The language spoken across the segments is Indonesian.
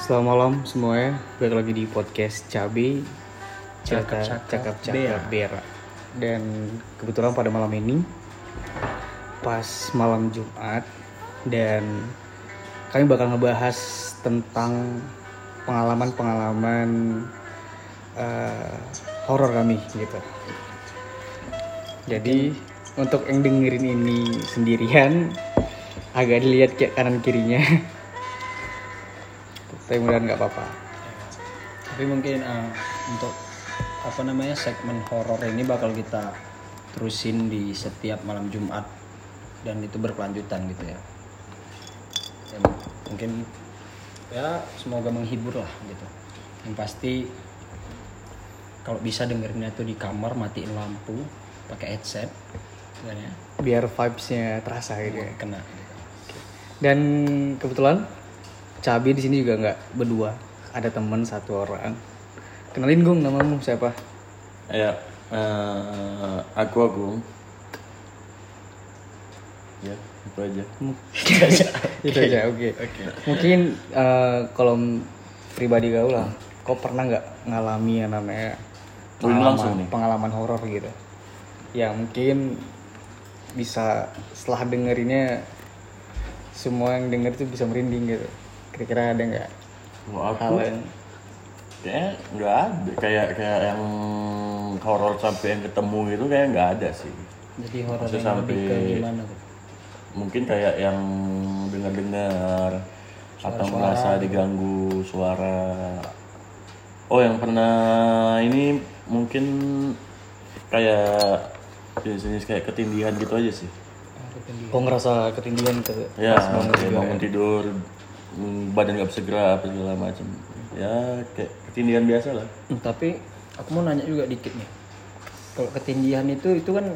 Selamat malam semuanya, balik lagi di podcast Cabe Cakap Bera. Dan kebetulan pada malam ini pas malam Jumat, dan kami bakal ngebahas tentang pengalaman horor kami gitu. Jadi untuk yang dengerin ini sendirian agak dilihat kayak kanan kirinya. Tapi mudah-mudahan nggak apa-apa. Tapi mungkin untuk segmen horor ini bakal kita terusin di setiap malam Jumat dan itu berkelanjutan gitu ya. Dan mungkin ya semoga menghibur lah gitu. Yang pasti kalau bisa dengerinnya tuh di kamar, matiin lampu, pakai headset kan ya. Biar vibes-nya terasa gitu ya. Kena gitu. Dan kebetulan Cabe di sini juga nggak berdua, ada teman satu orang. Kenalin Gung, namamu siapa? Ya, aku Agung. Ya, itu aja. Itu aja, oke. Mungkin kalau pribadi kau lah, kau pernah nggak ngalami yang namanya pengalaman horor gitu? Ya mungkin bisa setelah dengerinnya semua yang denger itu bisa merinding gitu. Kira-kira ada nggak hal yang kayaknya nggak ada, kayak yang horor sampai yang ketemu gitu kayak nggak ada sih. Jadi horor Maksudnya yang lebih ke sampai gimana tuh? mungkin kayak yang dengar atau merasa diganggu suara. Oh, yang pernah ini mungkin kayak jenis-jenis kayak ketindihan gitu aja sih. kau ngerasa ketindihan ke Ya, pas bangun kayak juga bangun ya? tidur, badan nggak bisa gerak apa segala macam. Ya kayak ketindihan biasa lah. Tapi aku mau nanya juga dikit nih. Kalau ketindihan itu kan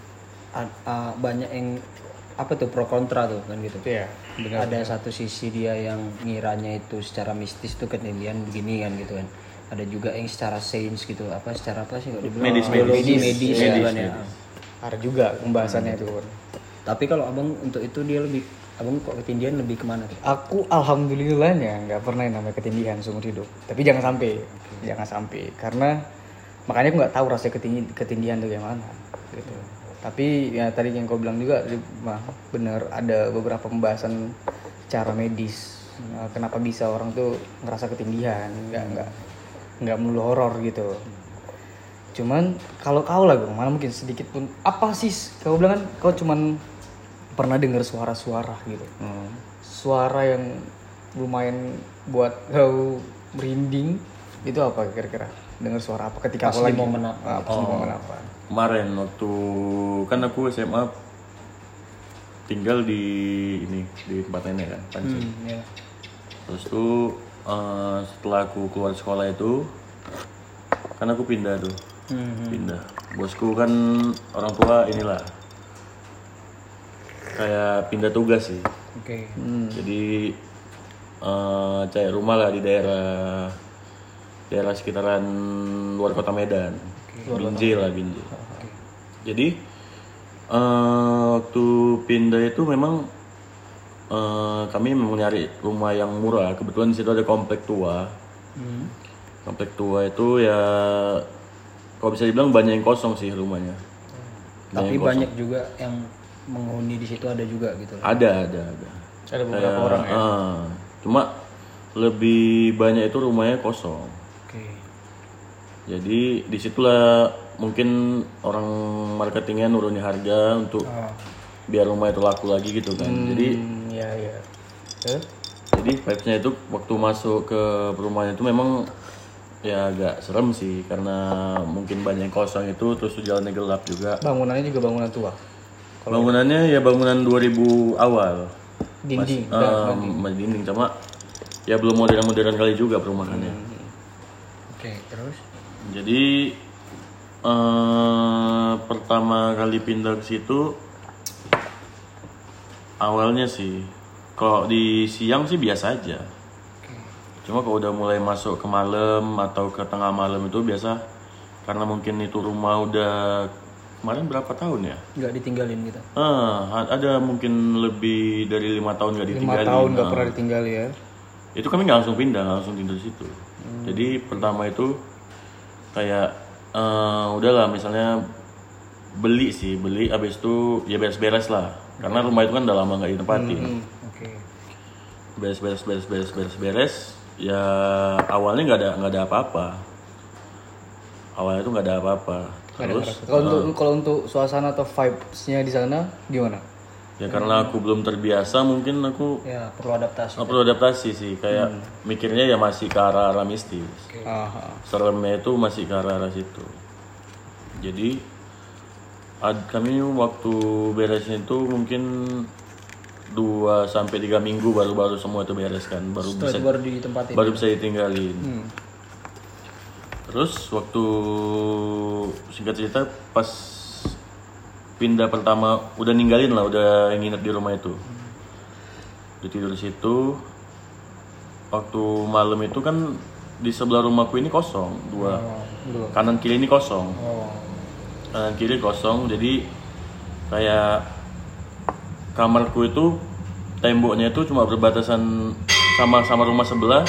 banyak yang apa tuh pro kontra tuh kan gitu. Iya, benar. Ada satu sisi dia yang ngiranya itu secara mistis tuh ketindihan begini kan gitu kan. Ada juga yang secara sains gitu, secara apa sih kalau dibilang Medis. medis kan ya. Ada juga pembahasannya itu. Tapi kalau abang untuk itu dia lebih, abang kok ketindihan lebih kemana tuh? Aku alhamdulillahnya nggak pernah yang namanya ketindihan seumur hidup. Tapi jangan sampai, karena makanya aku nggak tahu rasa ketindihan itu gimana gitu. Tapi ya tadi yang kau bilang juga bener, ada beberapa pembahasan cara medis. Kenapa bisa orang tuh ngerasa ketindihan, nggak melulu horor gitu. Cuman kalau kau lah mana mungkin sedikit pun apa sih kau bilang kan kau cuman pernah dengar suara-suara gitu. Suara yang lumayan buat kau merinding itu apa kira-kira? Dengar suara apa ketika Pas kau di lagi momen apa? Pas di momen apa? Kemarin waktu kan aku SMA tinggal di tempat nenek kan, Pancing. Ya. Terus tuh setelah aku keluar sekolah itu kan aku pindah tuh. Pindah. Bosku kan orang tua inilah kayak pindah tugas sih. Oke. Jadi cari rumah lah di daerah sekitaran luar kota Medan. Binjai. Jadi waktu pindah itu memang kami memang nyari rumah yang murah. Kebetulan di situ ada komplek tua. Komplek tua itu ya kalau bisa dibilang banyak yang kosong sih rumahnya. Tapi banyak juga yang menghuni di situ ada juga gitu. Ada. Ada beberapa orang ya. Cuma lebih banyak itu rumahnya kosong. Oke. Jadi disitulah mungkin orang marketingnya nurunin harga untuk biar rumah itu laku lagi gitu kan. Jadi Iya. jadi vibes-nya itu waktu masuk ke perumahan itu memang ya agak serem sih karena mungkin banyak yang kosong itu, terus jalannya gelap juga. Bangunannya juga bangunan tua. Bangunannya ya bangunan 2000 awal. Dinding. Masih dinding, sama ya belum modern kali juga perumahannya. Oke, terus? Jadi pertama kali pindah ke situ awalnya sih kalau di siang sih biasa aja. Cuma kalau udah mulai masuk ke malam atau ke tengah malam itu biasa, karena mungkin itu rumah udah kemarin berapa tahun ya? Nggak ditinggalin gitu? Ada mungkin lebih dari 5 tahun nggak ditinggalin. 5 tahun nggak pernah ditinggali ya. itu kami nggak langsung pindah, nggak langsung tidur di situ. Jadi pertama itu kayak udahlah misalnya beli, abis itu ya beres-beres lah, karena rumah itu kan udah lama nggak ditempatin. Oke. Beres, ya awalnya nggak ada apa-apa. Awalnya itu nggak ada apa-apa. Terus Kalau untuk suasana atau vibes-nya di sana gimana? ya karena aku belum terbiasa, mungkin aku Ya, perlu adaptasi. perlu adaptasi sih, kayak mikirnya ya masih ke arah mistis. Aha. Seremnya itu masih ke arah situ. Jadi kami waktu beresnya itu mungkin 2-3 minggu baru semua itu beres kan, Setelah itu baru ditempatin. baru bisa ditinggalin. Terus waktu singkat cerita pas pindah pertama udah ninggalin lah, udah nginep di rumah itu, udah tidur di situ. Waktu malam itu kan di sebelah rumahku ini kosong, dua. Kanan kiri ini kosong, kanan kiri kosong. Jadi kayak kamarku itu temboknya itu cuma berbatasan sama rumah sebelah,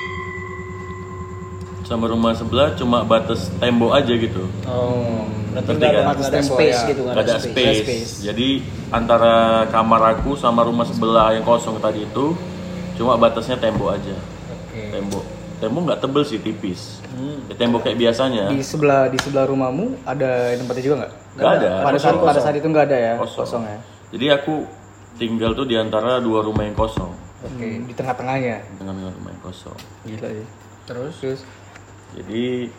cuma batas tembok aja gitu. Berarti Ngerti nggak kan? ada space gitu, Gak ada space. Jadi antara kamar aku sama rumah sebelah yang kosong tadi itu cuma batasnya tembok aja. Tembok nggak tebel sih, tipis. Ya, tembok kayak biasanya. Di sebelah rumahmu ada tempatnya juga nggak? Nggak ada. Pada saat itu nggak ada ya? Kosong. ya. Jadi aku tinggal tuh di antara dua rumah yang kosong. Oke, di tengah-tengahnya. Dengan rumah yang kosong. Gila ya. Terus Jadi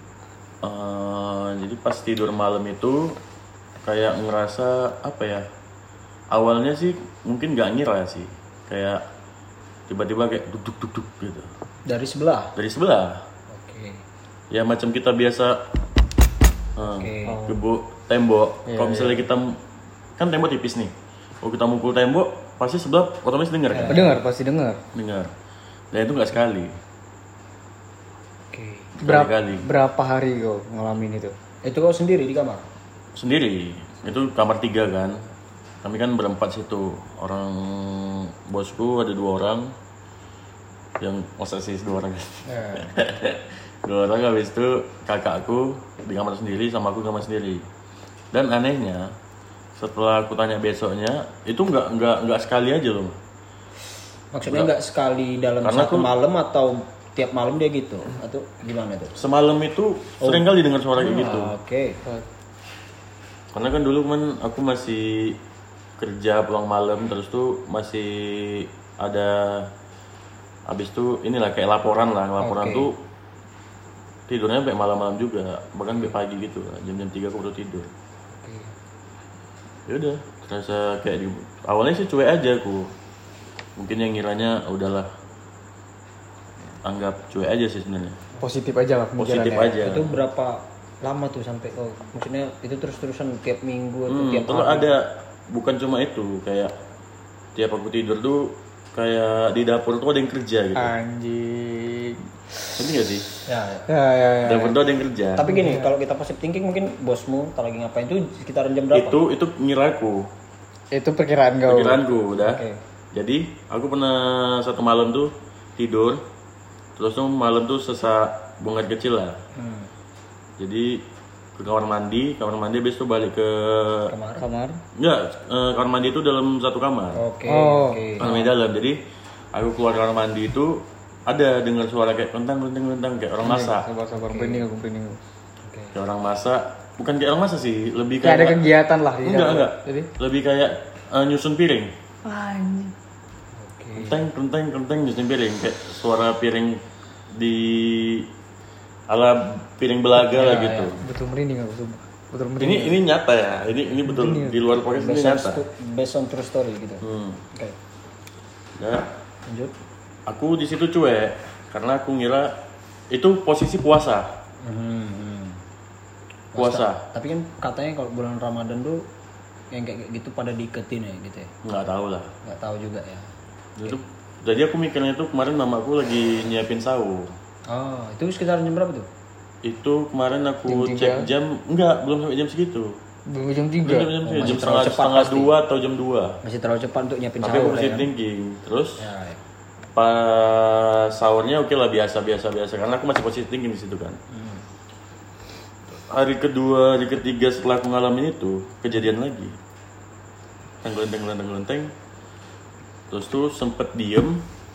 pas tidur malam itu kayak ngerasa apa ya? Awalnya sih mungkin nggak ngira sih, kayak tiba-tiba kayak duk gitu. dari sebelah. Dari sebelah. Oke. Ya macam kita biasa gebuk tembok. Kalau misalnya kita kan tembok tipis nih, kalau kita mukul tembok pasti sebelah otomatis dengar kan? Pasti dengar. Dengar. Dan itu nggak sekali. Oke. Berkali-kali. Berapa hari kau ngalamin itu? Itu kau sendiri di kamar? Sendiri. Itu kamar 3 kan. Kami kan berempat situ. Orang bosku ada 2 orang. Yang masa sih 2 orang. 2 orang, habis itu kakakku di kamar sendiri sama aku di kamar sendiri. Dan anehnya setelah aku tanya besoknya itu nggak sekali aja loh. Maksudnya nggak sekali dalam Karena satu malam atau tiap malam dia gitu atau gimana tuh? Semalam itu sering kali dengar suara kayak gitu. Oke. Karena kan dulu kan aku masih kerja pulang malam, terus tuh masih ada habis tuh inilah kayak laporan tuh tidurnya sampai malam-malam juga, bahkan sampai pagi gitu lah, jam-jam 3 aku baru tidur. Ya udah, terasa kayak awalnya sih cuek aja aku, mungkin yang ngiranya udahlah, anggap cuek aja sih sebenarnya. Positif aja lah Positif pemikirannya. aja. Itu berapa lama tuh sampai maksudnya itu terus-terusan tiap minggu atau tiap Terus hari? ada, bukan cuma itu, kayak tiap aku tidur tuh kayak di dapur tuh ada yang kerja gitu. Anjing. Ini gak sih? Ya. Ya. Dapur tuh ada yang kerja. Tapi gini, kalau kita positive thinking mungkin bosmu kalau lagi ngapain tuh sekitaran jam berapa? Itu ngiraku. Itu perkiraan kau. Pikiranku udah. Oke. Jadi aku pernah satu malam tuh tidur, terus tuh malam tuh sesak buang air kecil lah. Jadi ke kamar mandi habis itu balik ke Kamar. enggak, kamar mandi itu dalam satu kamar. Oke. Oh. Oke. Kamar mandi dalam. Jadi aku keluar kamar mandi itu ada dengar suara kayak kentang kayak orang masak. Sabar, merinding aku. Kayak orang masak, bukan kayak orang masak sih, lebih Kayak ada kayak kegiatan lah di dalam. enggak. Jadi Lebih kayak nyusun piring. anjing. Kenteng nyusun piring, kayak suara piring di ala piring belaga lah gitu. Betul merinding aku sumpah. Betul merinding. Ini nyata ya, ini betul di luar podcast ini nyata. Based on true story gitu. Oke. Ya, Lanjut. aku di situ cuek karena aku ngira itu posisi puasa. Puasa. Tapi kan katanya kalau bulan Ramadan tuh yang kayak gitu pada diiketin ya gitu ya. Nggak tahu lah. Nggak tahu juga ya. Itu, jadi aku mikirnya itu kemarin mamaku lagi nyiapin sahur. Oh, itu sekitar jam berapa tuh? Itu kemarin aku cek jam, enggak, belum sampai jam segitu. Belum jam 3. Belum jam segitu, jam setengah 2 atau jam 2. Masih terlalu cepat untuk nyiapin Tapi aku sahur masih ya. thinking. Terus Ya. pas sahurnya oke lah, biasa karena aku masih positif thinking di situ kan. Hari kedua, hari ketiga setelah aku ngalamin itu kejadian lagi. Tenggelenteng. Terus tuh sempet diem.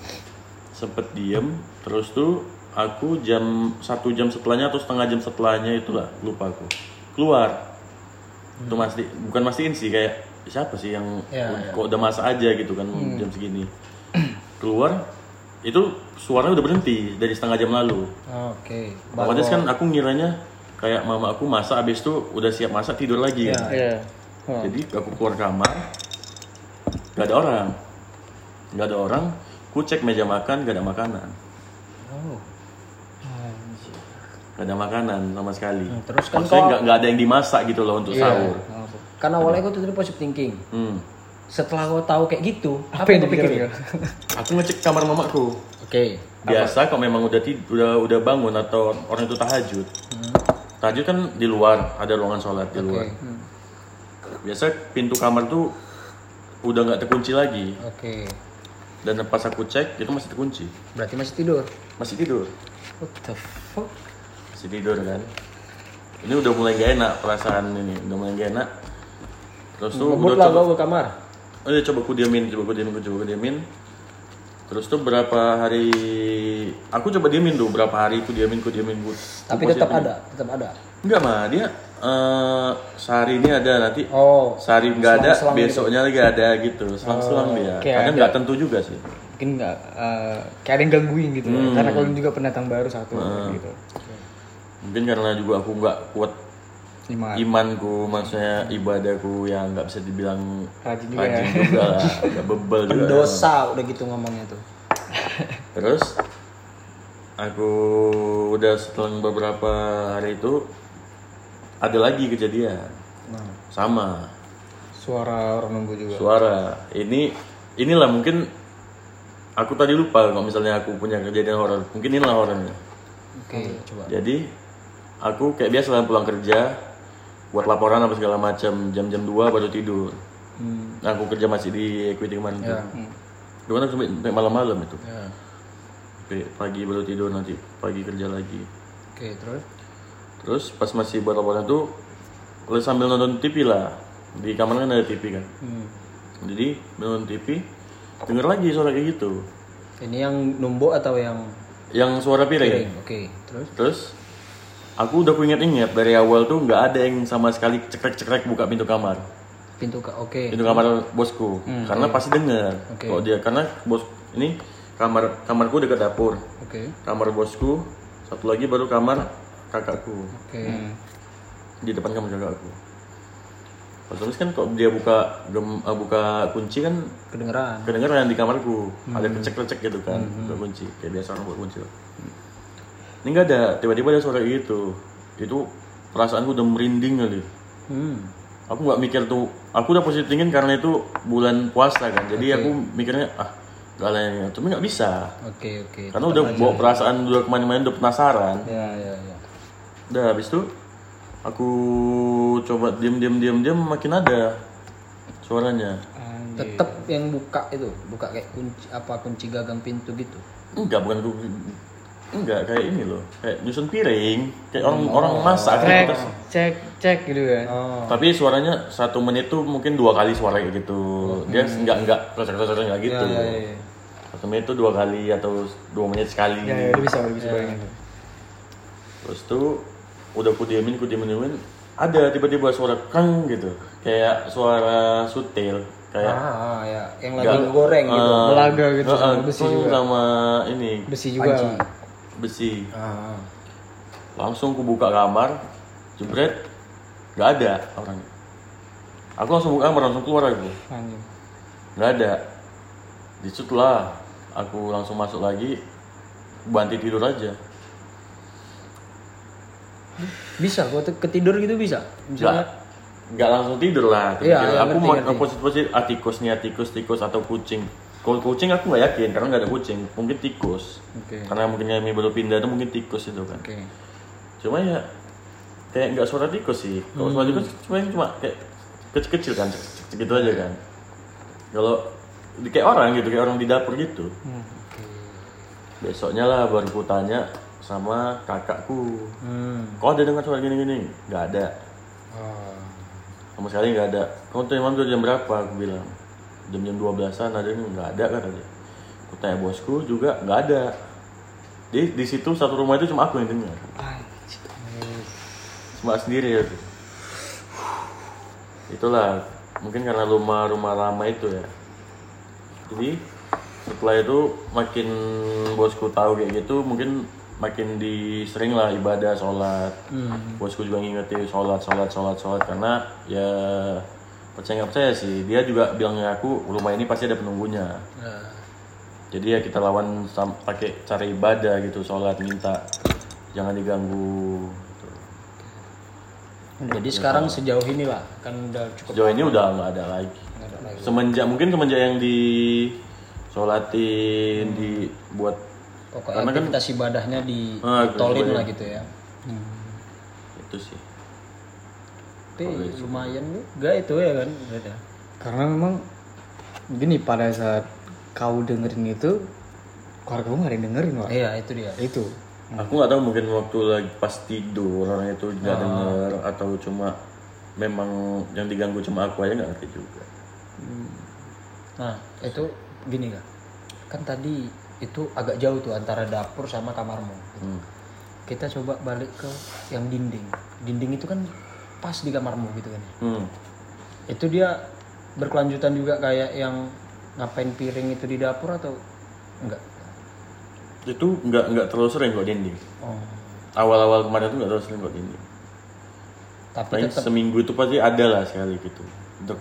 Terus tuh aku 1 jam setelahnya atau setengah jam setelahnya itulah, lupa aku, keluar. Itu bukan mastiin sih, kayak siapa sih yang kok udah masak aja gitu kan jam segini. Keluar itu suaranya udah berhenti dari setengah jam lalu. Oke. Makanya kan aku ngiranya kayak mama aku masak, abis itu udah siap masak tidur lagi kan. Jadi aku keluar kamar, gak ada orang. Ku cek meja makan, gak ada makanan. Gak ada makanan sama sekali. Terus kan maksudnya nggak ada yang dimasak gitu loh untuk sahur. Kan awalnya kau tuh tadi positive thinking. Setelah kau tahu kayak gitu, apa yang kau pikirin? Aku ngecek kamar mamaku. Oke. Biasa kalau memang udah bangun atau orang itu tahajud. Tahajud kan di luar, ada ruangan sholat di luar. Biasa pintu kamar tuh udah nggak terkunci lagi. Oke. Dan pas aku cek itu masih terkunci. Berarti masih tidur. What the fuck? Masih tidur kan. Ini udah mulai gak enak perasaan ini, Terus tuh udah coba ke kamar. Oh ya, coba ku diamin. Terus tuh berapa hari aku coba diemin tuh, berapa hari ku diemin. Tapi tetap ada. Enggak mah, dia sehari ini ada, nanti sehari nggak ada, besoknya lagi ada gitu, selang-selang dia. Kadang nggak tentu juga sih. Mungkin nggak kayak ada yang gangguin gitu. Karena kalau juga pendatang baru satu gitu. Mungkin karena juga aku nggak kuat imanku, maksudnya ibadahku yang nggak bisa dibilang rajin juga lah, nggak bebel juga. Pendosa udah gitu ngomongnya tuh. Terus aku udah setelah beberapa hari itu ada lagi kejadian sama suara orang nunggu juga. Inilah mungkin aku tadi lupa kalau misalnya aku punya kejadian horor, mungkin inilah horornya. Oke, coba. Jadi aku kayak biasa lah pulang kerja buat laporan apa segala macam, jam 2 baru tidur. Nah, aku kerja masih di Equity kemarin tuh. Dulu kan sampai malam-malam itu. Sampai pagi baru tidur, nanti pagi kerja lagi. Oke, Terus pas masih buat laporan tuh sambil nonton TV lah. Di kamar kan ada TV kan. Jadi nonton TV, denger lagi suara kayak gitu. Ini yang numbuk atau yang suara piring? Oke, Terus aku udah inget dari awal tuh nggak ada yang sama sekali cekrek buka pintu kamar. Pintu kamar bosku. Karena pasti denger. Kalau dia, karena bos ini kamarku dekat dapur. Kamar bosku, satu lagi baru kamar kakakku. Di depan kamar kakakku. Terus kan kalau dia buka kunci kan kedengeran di kamarku. Ada kecek gitu kan, buka kunci. Kayak biasa orang buka kunci. Ini nggak ada, tiba-tiba ada suara gitu. Itu perasaanku udah merinding kali. Aku nggak mikir tuh, aku udah positif thinking karena itu bulan puasa kan. Jadi aku mikirnya gak lah ini, tapi nggak bisa. Karena udah bawa perasaan, udah kemana-mana, udah penasaran. Udah habis itu aku coba diam makin ada suaranya. Tetep yang buka kayak kunci gagang pintu gitu. Enggak, kayak ini loh, kayak nyusun piring, kayak orang masak cek gitu kan. Tapi suaranya 1 menit tuh mungkin 2 kali suara kayak gitu. Dia enggak nggak gitu. 1 menit tuh 2 kali atau 2 menit sekali. Bisa bayangin. Terus tuh udah ku diemin, ada tiba-tiba suara kang gitu, kayak suara sutil, kayak yang lagi goreng gitu, belaga gitu, besi juga. Sama ini besi juga. Besi. Langsung ku buka kamar, jebret, nggak ada orang. Aku langsung buka kamar, langsung keluar aku. Nggak ada. Disitulah aku langsung masuk lagi, banti tidur aja. Bisa, gua ketidur gitu bisa? Nggak langsung tidur lah. Aku mau positif tikus atau kucing. Kalau kucing aku nggak yakin karena nggak ada kucing, mungkin tikus. Karena mungkin kami baru pindah itu mungkin tikus itu kan. Cuma ya kayak nggak suara tikus sih. Kalau suara tikus cuma kayak kecil-kecil kan, gitu aja kan. Kalau kayak orang gitu, kayak orang di dapur gitu. Besoknya lah baru ku tanya sama kakakku, kau ada dengar suara gini-gini? Nggak ada. Sama sekali nggak ada. Kamu tuh emang jam berapa? Aku bilang jam 12-an ada nih, nggak ada kan aja. Aku tanya bosku juga nggak ada. Jadi di situ satu rumah itu cuma aku yang dengar. Cuma sendiri ya tuh. Itulah mungkin karena rumah lama itu ya. Jadi setelah itu makin bosku tahu kayak gitu, mungkin makin sering lah ibadah, sholat. Bosku juga ngingetin sholat karena ya percaya nggak percaya sih, dia juga bilangnya aku rumah ini pasti ada penunggunya. Jadi ya kita lawan pakai cara ibadah gitu, sholat, minta jangan diganggu. Jadi sekarang sejauh ini lah kan udah cukup. Sejauh ini udah nggak ada lagi. Semenjak yang di sholatin, dibuat pokoknya aktivitas ibadahnya ditolin lah gitu ya. Itu sih. Tapi lumayan juga itu ya kan. Karena memang gini, pada saat kau dengerin itu keluarga kamu nggak ada yang dengerin, Wak. Iya itu dia. Itu Aku nggak tahu mungkin waktu lagi pas tidur orang itu nggak denger atau cuma memang yang diganggu cuma aku aja, nggak ngerti juga. Nah itu gini kan tadi itu agak jauh tuh antara dapur sama kamarmu. Kita coba balik ke yang dinding itu kan pas di kamarmu gitu kan. Itu dia berkelanjutan juga kayak yang ngapain piring itu di dapur atau enggak? Itu nggak terlalu sering kok dinding. Awal-awal kemarin tuh nggak terlalu sering kok dinding. Tapi paling tetap seminggu itu pasti ada lah sekali gitu. Dok.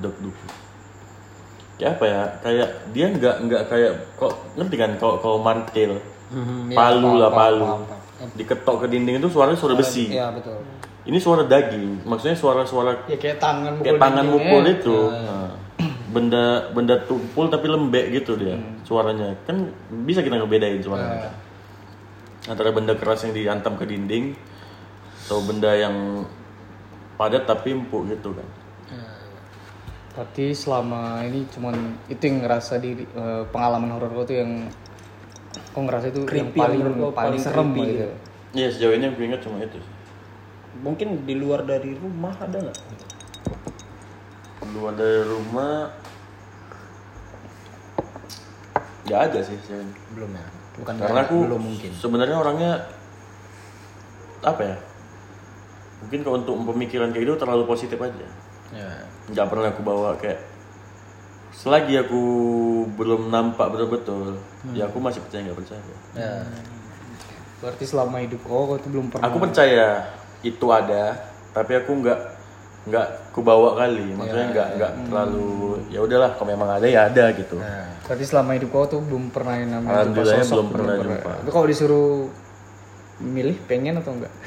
Kayak apa ya? Kayak dia nggak kayak kok ngerti kan kalau martil, palu. paham. Diketok ke dinding itu suaranya suara besi. Iya betul. Ini suara daging, maksudnya suara ya kayak tangan mukul itu. Nah, benda tumpul tapi lembek gitu dia suaranya. Kan bisa kita ngebedain suaranya. Antara benda keras yang dihantam ke dinding atau benda yang padat tapi empuk gitu kan. Berarti selama ini cuman itu yang ngerasa pengalaman horor lo tuh yang kok ngerasa itu yang paling serem gitu. Iya, sejauh ini aku ingat cuma itu. Mungkin di luar dari rumah ada nggak? Luar dari rumah nggak ada sih sejauh ini. Belum ya. Bukan karena aku belum mungkin. Sebenarnya orangnya apa ya? Mungkin kalau untuk pemikiran kayak gitu terlalu positif aja. Ya. Nggak pernah aku bawa kayak selagi aku belum nampak betul-betul, ya aku masih percaya nggak percaya. Ya. Berarti selama hidup kau tuh belum pernah. Aku percaya itu ada, tapi aku nggak ku bawa kali. Maksudnya nggak terlalu ya udahlah, kalau memang ada ya ada gitu. Berarti selama hidup kau tuh belum pernah yang namanya Alhamdulillah sosok, belum pernah jumpa. Itu kalau disuruh milih pengen atau enggak?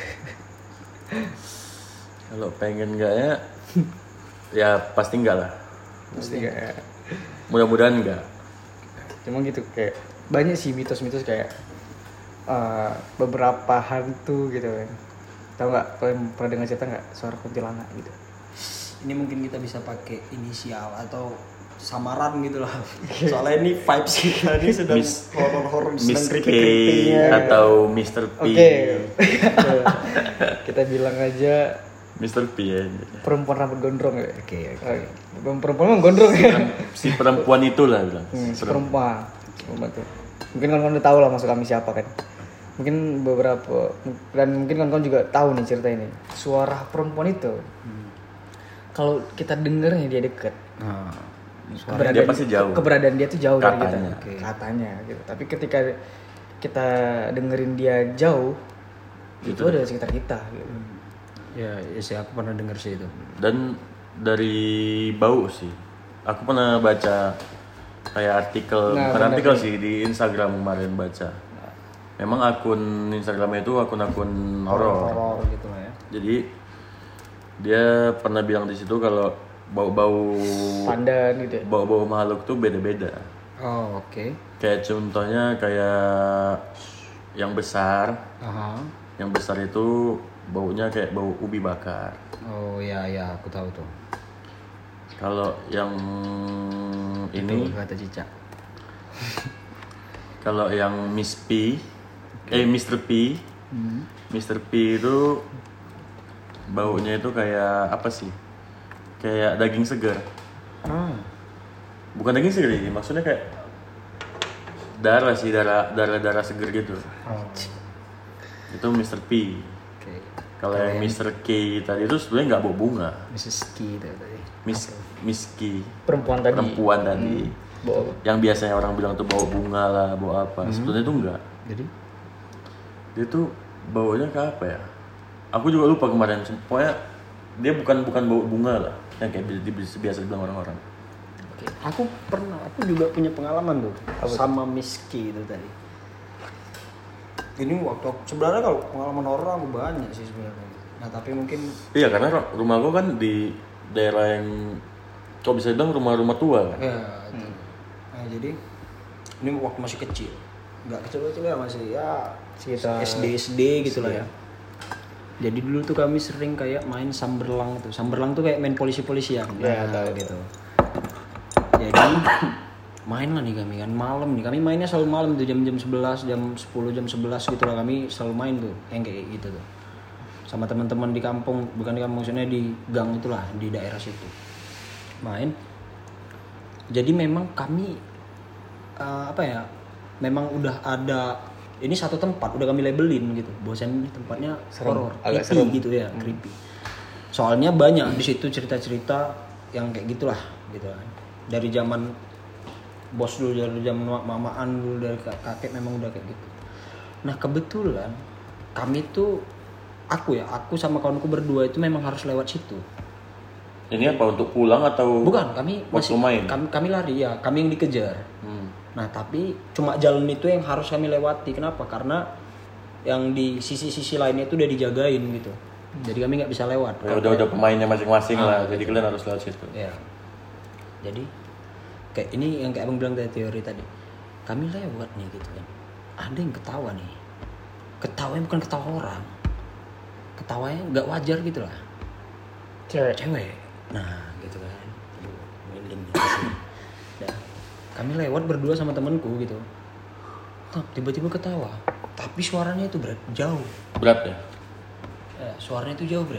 Kalau pengen enggaknya ya pasti enggak lah. Pasti enggak ya. Mudah-mudahan enggak. Cuma gitu, kayak banyak sih mitos-mitos kayak beberapa hantu gitu kan. Tahu nggak? Kalian pernah dengar cerita nggak suara kuntilanak gitu? Ini mungkin kita bisa pakai inisial atau samaran gitu lah. Soalnya ini vibes kita ini sedang horor-horor, sedang Miss K creepy-creepy-nya. atau Mr. P. Oke. Kita bilang aja Mr. P ya. perempuan rambut gondrong ya. Oke. Perempuan emang gondrong ya. Si perempuan itulah bilang. Si perempuan tuh. Mungkin kalian udah tahu lah maksud kami siapa kan. Mungkin beberapa dan mungkin kalian juga tahu nih cerita ini. Suara perempuan itu kalau kita dengernya dia deket, Dia pasti jauh. Keberadaan dia tuh jauh dari Katanya. kita. Katanya gitu. Tapi ketika kita dengerin dia jauh, itu ada di sekitar kita gitu. Ya sih aku pernah dengar sih itu. Dan dari bau sih. Aku pernah baca kayak artikel, bukan artikel sih, di Instagram kemarin baca. Memang akun Instagramnya itu akun-akun horor gitu lah ya. Jadi dia pernah bilang di situ kalau bau-bau Pandan gitu ya? Bau-bau makhluk tuh beda-beda. Oh oke. Kayak contohnya kayak yang besar. Yang besar itu baunya kayak bau ubi bakar. Oh ya aku tahu tuh. Kalau yang ini kata Cica. kalau yang Mr. P Mr. P itu baunya itu kayak apa sih? Kayak daging segar. Bukan daging segar ini, maksudnya kayak darah sih, darah segar gitu. Itu Mr. P. Oke. Kalau yang Mr. K tadi itu sebenarnya nggak bau bunga. Mrs. Ki itu tadi. Miss K. Perempuan tadi. Bau. Yang biasanya orang bilang tuh bau bunga lah, bau apa. Sebetulnya itu enggak. Jadi Dia tuh baunya kayak apa ya? Aku juga lupa kemarin. Pokoknya dia bukan bau bunga lah. Yang kayak biasa dibilang orang-orang. Oke. Aku juga punya pengalaman tuh sama Miss Ki itu tadi. Ini waktu sebenarnya kalau pengalaman horor aku banyak sih sebenarnya. Nah tapi mungkin Iya, karena rumah gua kan di daerah yang kok bisa bilang rumah-rumah tua kan. ya itu. Nah jadi ini waktu masih kecil, nggak kecil ya, masih ya Sekitar SD gitu lah ya. Jadi dulu tuh kami sering kayak main samberlang itu. Samberlang tuh kayak main polisi-polisian. Ya, tahu gitu. Jadi main lah nih kami kan malam nih. Kami mainnya selalu malam tuh jam 11, jam 10, jam 11 gitu lah kami selalu main tuh yang kayak gitu tuh. Sama teman-teman di kampung, bukan di kampung, maksudnya di gang itulah, di daerah situ. Main. Jadi memang kami memang udah ada ini satu tempat udah kami labelin gitu. Bosan ini tempatnya horor, agak creepy serem gitu ya, creepy. Soalnya banyak di situ cerita-cerita yang kayak gitulah gitu kan. Dari zaman bos dulu, dari zaman mamaan dulu, dari kakek memang udah kayak gitu. Nah kebetulan kami tuh aku sama kawanku berdua itu memang harus lewat situ. Ini apa, untuk pulang atau Bukan, kami waktu masih main? kami lari ya, kami yang dikejar. Nah tapi cuma jalan itu yang harus kami lewati. Kenapa? Karena yang di sisi-sisi lainnya itu udah dijagain gitu. Jadi kami nggak bisa lewat. Ya, udah pemainnya masing-masing lah, jadi kalian harus lewat situ. Ya. Jadi kayak ini yang kayak abang bilang dari teori tadi. Kami lewat nih gitu kan. Ada yang ketawa nih. Ketawanya bukan ketawa orang. Ketawanya nggak wajar gitu lah. Cewek. Nah gitu kan. Aduh, merinding gitu sih. Nah, kami lewat berdua sama temanku gitu. Nah, tiba-tiba ketawa. Tapi suaranya itu jauh. Berat ya? Suaranya itu jauh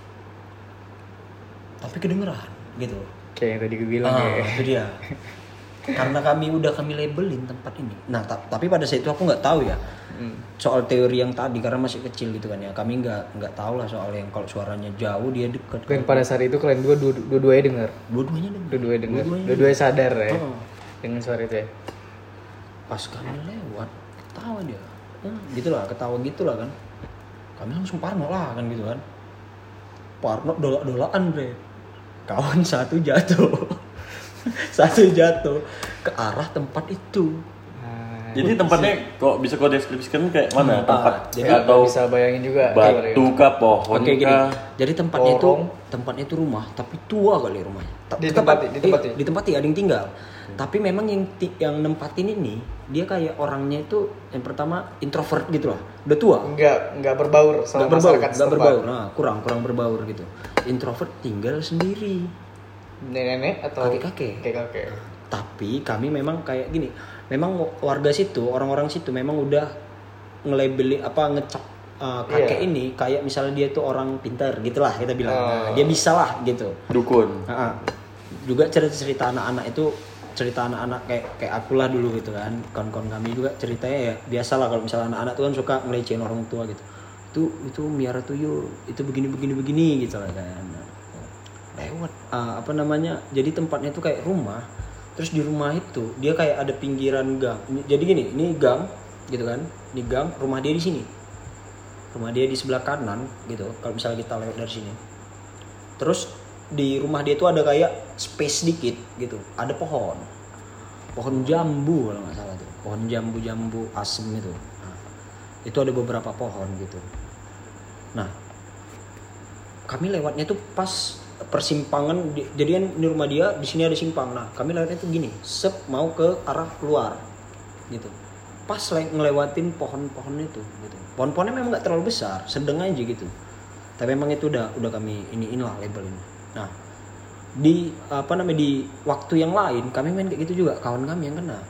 tapi kedengeran gitu. kayak yang tadi gue bilang ya. Itu dia. Karena kami labelin tempat ini. Nah tapi pada saat itu aku nggak tahu ya soal teori yang tadi karena masih kecil gitu kan ya. Kami nggak tahu lah soal yang kalau suaranya jauh dia dekat. Dan pada saat itu kalian dua-duanya dengar. Dua-duanya dengar. Dua-duanya sadar ya. Dengan suara itu ya. Pas kami lewat ketawa dia. Gitulah, ketawa gitulah kan. Kami langsung parno lah kan gitu kan. Parno dolak-dolakan bre. Kawan satu jatuh ke arah tempat itu. Jadi tempatnya kok bisa kau deskripsikan kayak mana? Tempat jadi atau bisa bayangin juga batu kah, pohon Oke, gini. kah? Jadi tempatnya itu rumah tapi tua kali rumahnya. Ditempati ada yang tinggal. Tapi memang yang nempatin ini dia kayak orangnya itu yang pertama introvert gitu lah. Udah tua. Enggak berbaur sama masyarakat setempat. Berbaur. Nah, kurang berbaur gitu. Introvert tinggal sendiri. Nenek atau kakek. Tapi kami memang kayak gini. Memang warga situ, orang-orang situ memang udah ngelabeli ngecap kakek ini kayak misalnya dia tuh orang pintar gitulah kita bilang. Nah, dia bisa lah gitu. Dukun. Juga cerita anak-anak itu cerita anak-anak kayak aku lah dulu gitu kan. Kawan-kawan kami juga ceritanya ya biasalah kalau misalnya anak-anak tuh kan suka ngelecehin orang tua gitu. Itu miara tuyul, itu begini gitu lah kan. Lewat jadi tempatnya itu kayak rumah. Terus di rumah itu dia kayak ada pinggiran gang. Jadi gini, ini gang gitu kan. Ini gang, rumah dia di sini. Rumah dia di sebelah kanan gitu. Kalau misalnya kita lewat dari sini. Terus di rumah dia itu ada kayak space dikit gitu. Ada pohon jambu kalau nggak salah tuh. Pohon jambu asem itu. Nah, itu ada beberapa pohon gitu. Nah, kami lewatnya tuh pas persimpangan. Jadi kan di rumah dia di sini ada simpang. Nah, kami lewatnya tuh gini, mau ke arah keluar gitu. Pas ngelewatin pohon-pohon itu gitu. Pohon-pohonnya memang nggak terlalu besar, sedang aja gitu. Tapi memang itu udah kami inilah labelin. Nah, Di di waktu yang lain kami main kayak gitu juga, kawan kami yang kena.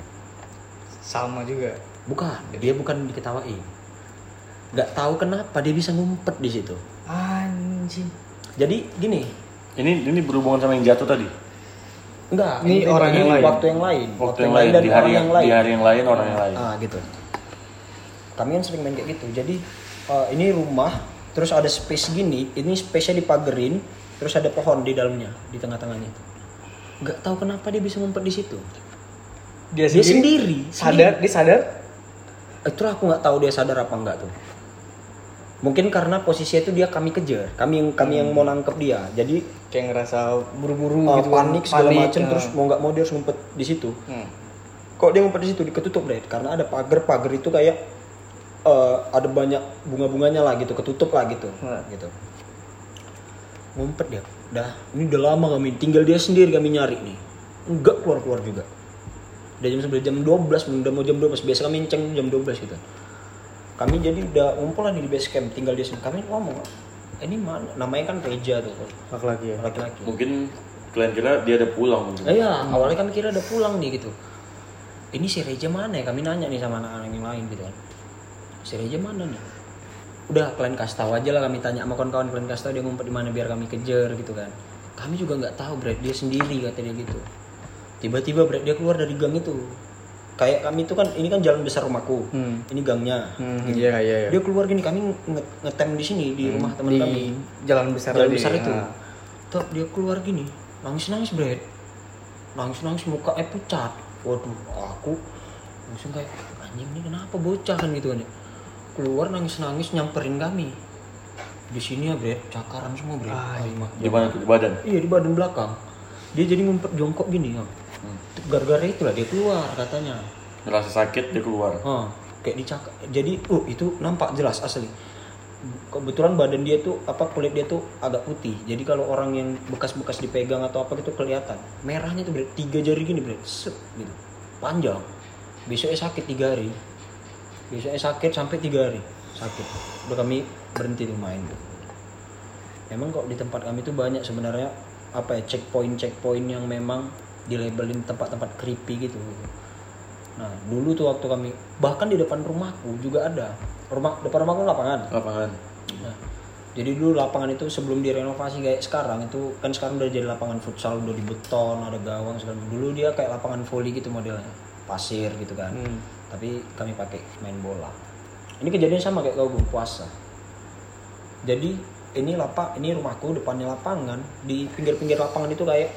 Sama juga. Bukan, dia bukan diketawain. Nggak tahu kenapa dia bisa ngumpet di situ. Anjing. Jadi gini. Ini berhubungan sama yang jatuh tadi. Enggak, ini orang yang lain. Waktu yang lain. Waktu yang lain dan di hari orang yang lain. Di hari yang lain orang yang lain. Gitu. Kami kan sering main kayak gitu. Jadi ini rumah, terus ada space gini. Ini space-nya dipagerin, terus ada pohon di dalamnya, di tengah-tengahnya itu. Nggak tahu kenapa dia bisa ngumpet di situ. Dia sendiri. Dia sadar? Itu aku nggak tahu dia sadar apa enggak tuh. Mungkin karena posisinya itu kami kejar, kami yang mau nangkep dia. Jadi kayak ngerasa buru-buru gitu, panik segala macam, terus mau nggak mau dia harus ngumpet di situ. Kok dia ngumpet di situ ketutup deh, karena ada pagar itu kayak ada banyak bunga-bunganya lah gitu, ketutup lah gitu. Gitu. Ngumpet dia. Ini udah lama kami tinggal dia sendiri, kami nyari nih. Enggak keluar juga. Udah jam 11, jam 12, udah mau jam 12. Biasa kami ceng jam 12 gitu. Kami jadi udah ngumpul lah di base camp, tinggal dia sendiri. Kami ngomong, ini mana? Namanya kan Reja tuh. Laki-laki ya? Laki-laki. Mungkin kalian kira dia ada pulang mungkin. Iya, awalnya kami kira ada pulang nih gitu. Ini si Reja mana ya? Kami nanya nih sama anak-anak yang lain gitu kan. Si Reja mana nih? Udah kalian kasih tahu aja lah, kami tanya sama kawan-kawan, kalian kasih tahu dia ngumpet di mana biar kami kejar gitu kan. Kami juga nggak tahu, Brad, dia sendiri kata dia gitu. Tiba-tiba Brad dia keluar dari gang itu. Kayak kami itu kan, ini kan jalan besar rumahku, ini gangnya. Iya. Dia keluar gini, kami ngetem di sini di rumah teman kami. Jalan besar itu. Tuh dia keluar gini, nangis Brad, nangis mukanya pucat. Waduh, aku langsung kayak anjing ini kenapa bocah kan gitu kan ya. Keluar nangis nyamperin kami. Di sini ya Brad, cakaran semua Brad. Di mana tuh? Di badan? Iya di badan belakang. Dia jadi ngumpet jongkok gini ya. Gara-gara itulah dia keluar katanya. Ngerasa sakit dia keluar. Kayak dicakar. Jadi itu nampak jelas asli. Kebetulan badan dia tuh kulit dia tuh agak putih. Jadi kalau orang yang bekas-bekas dipegang atau apa gitu kelihatan. Merahnya tuh 3 jari gini set gitu. Panjang. Besoknya sakit 3 hari. Besoknya sakit sampai 3 hari. Sakit. Udah kami berhenti tuh main. Memang kok di tempat kami tuh banyak sebenarnya checkpoint yang memang dilabelin tempat-tempat creepy gitu. Nah dulu tuh waktu kami bahkan di depan rumahku juga ada depan rumahku lapangan. Nah, jadi dulu lapangan itu sebelum direnovasi kayak sekarang itu kan sekarang udah jadi lapangan futsal, udah dibeton, ada gawang segala. Dulu dia kayak lapangan volley gitu modelnya, pasir gitu kan. Tapi kami pakai main bola. Ini kejadian sama kayak kau puasa. Jadi ini rumahku, depannya lapangan, di pinggir-pinggir lapangan itu kayak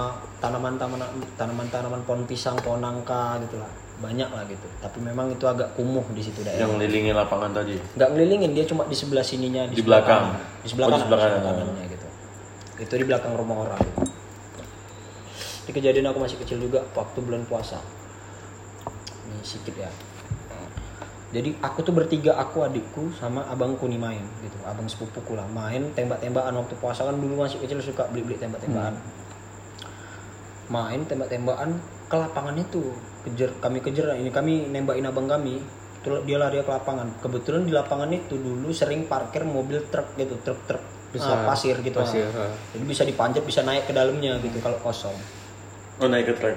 tanaman-tanaman pohon pisang, pohon nangka gitu lah, banyak lah gitu. Tapi memang itu agak kumuh di situ daerah. Yang ngelilingin lapangan tadi? Nggak ngelilingin, dia cuma di sebelah sininya, di belakang. Di sebelah kanannya gitu. Itu di belakang rumah orang. Gitu. Ini kejadian aku masih kecil juga waktu bulan puasa. Ini sikit ya. Jadi aku tuh bertiga, aku adikku sama abangku nih main gitu, abang sepupuku lah main tembak-tembakan waktu puasa kan dulu masih kecil suka beli tembak-tembakan. Main tembak-tembakan ke lapangan itu, kami kejar ini kami nembakin abang kami, terus dia lari ke lapangan. Kebetulan di lapangan itu dulu sering parkir mobil truk gitu, truk pasir gitu. Jadi bisa dipanjat, bisa naik ke dalamnya gitu kalau kosong. Oh naik ke truk.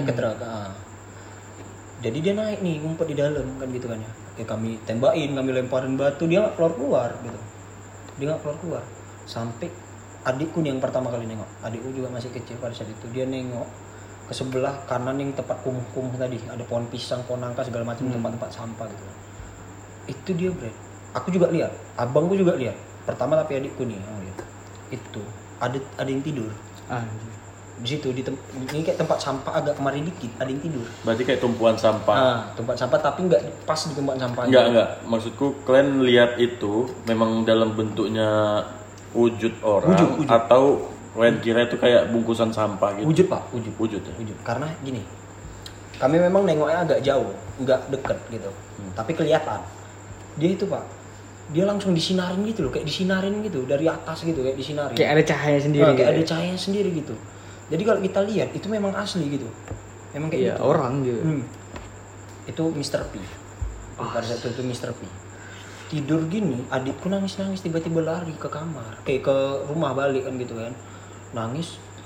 Jadi dia naik nih ngumpet di dalam kan gitu kan ya. Kami tembakin, kami lemparin batu, dia nggak keluar gitu. Dia nggak keluar. Sampai adikku nih yang pertama kali nengok. Adikku juga masih kecil pada saat itu. Dia nengok ke sebelah kanan yang tempat kumuh-kumuh tadi. Ada pohon pisang, pohon nangka segala macam tempat-tempat sampah gitu. Itu dia Bre. Aku juga lihat. Abangku juga lihat. Pertama tapi adikku nih yang lihat. Itu ada yang tidur. Di situ ini kayak tempat sampah agak kemari dikit ada yang tidur. Berarti kayak tumpuan sampah. Tempat sampah tapi nggak pas di tempat sampah. Enggak. Maksudku kalian lihat itu memang dalam bentuknya wujud orang wujud. Atau kalian kira itu kayak bungkusan sampah gitu. Wujud Pak, wujud. Karena gini. Kami memang nengoknya agak jauh, nggak deket gitu. Tapi kelihatan. Dia itu Pak. Dia langsung disinarin gitu loh, kayak disinarin gitu dari atas gitu, kayak disinarin. Kayak ada cahaya sendiri. Kayak ada cahaya sendiri gitu. Jadi kalau kita lihat itu memang asli gitu. Memang kayak gitu. Orang gitu. Itu Mr. P. Pada saat itu Mr. P. Tidur gini, adikku nangis tiba-tiba lari ke kamar. Kayak ke rumah balik kan gitu kan. Nangis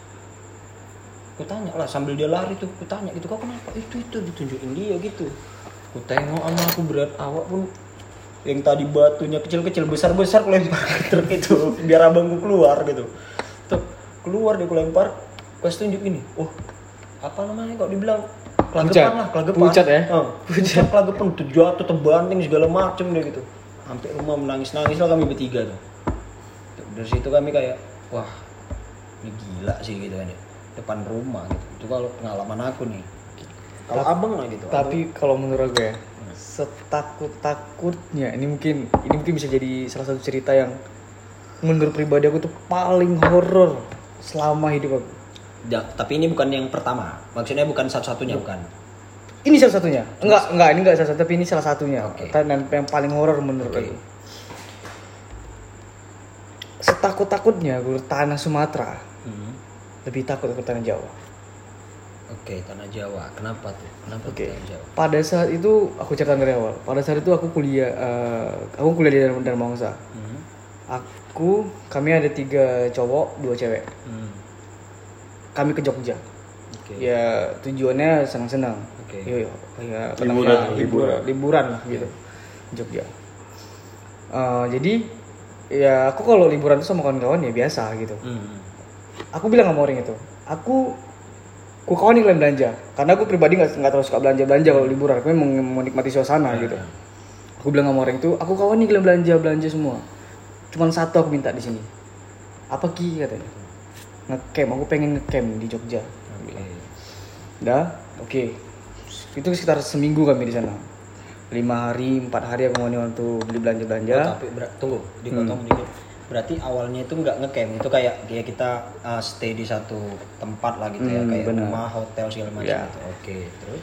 Ku tanya lah sambil dia lari tuh, ku tanya gitu, kau kenapa? Itu ditunjukin dia gitu. Ku tengok sama aku berat awak pun yang tadi batunya kecil-kecil besar-besar ku lempar ke truk itu biar abangku keluar gitu. Tuh keluar dia ku lempar, ku tunjuk ini. Oh, apa namanya kok dibilang kelagepan lah, kelagepan. Pucat ya? Pucat kelagepan tuh jatuh terbanting segala macem dia gitu. Sampai rumah menangis-nangis lah kami bertiga tuh. Dari situ kami kayak wah ini gila sih gitu kan ya. Depan rumah gitu. Itu kalau pengalaman aku nih. Kalau abang lah gitu. Tapi kalau menurut gue ya, setakut-takutnya ini mungkin bisa jadi salah satu cerita yang menurut pribadi aku tuh paling horor selama hidup aku. Ya, tapi ini bukan yang pertama. Maksudnya bukan satu-satunya bukan. Ini salah satunya. Enggak, ini enggak salah satu, tapi ini salah satunya. Oke. Dan yang paling horor menurut aku. Setakut-takutnya gue tanah Sumatera. Lebih takut ke tanah Jawa. Oke, tanah Jawa. Kenapa tuh? Kenapa tanah Jawa? Pada saat itu aku cerita dari awal. Pada saat itu aku kuliah di Dharma Wangsa. Kami ada 3 cowok, 2 cewek. Kami ke Jogja. Ya tujuannya senang-senang. Ya liburan lah gitu. Jogja. Jadi ya aku kalau liburan tuh sama kawan-kawan ya biasa gitu. Aku bilang sama orang itu, aku kawan kalian belanja, karena aku pribadi nggak terlalu suka belanja kalau liburan, aku mau menikmati suasana gitu. Aku bilang sama orang itu, aku kawan nih kalian belanja semua, cuman satu aku minta di sini. Apa Ki katanya? Ngecamp, aku pengen ngecamp di Jogja. Oke. Itu sekitar seminggu kami di sana. 5 hari, 4 hari aku mau untuk beli belanja. Tapi tunggu, dipotong dikit. Berarti awalnya itu nggak ngecamp, itu kayak kita stay di satu tempat lah gitu ya, kayak rumah, hotel segala macam gitu. Oke, terus?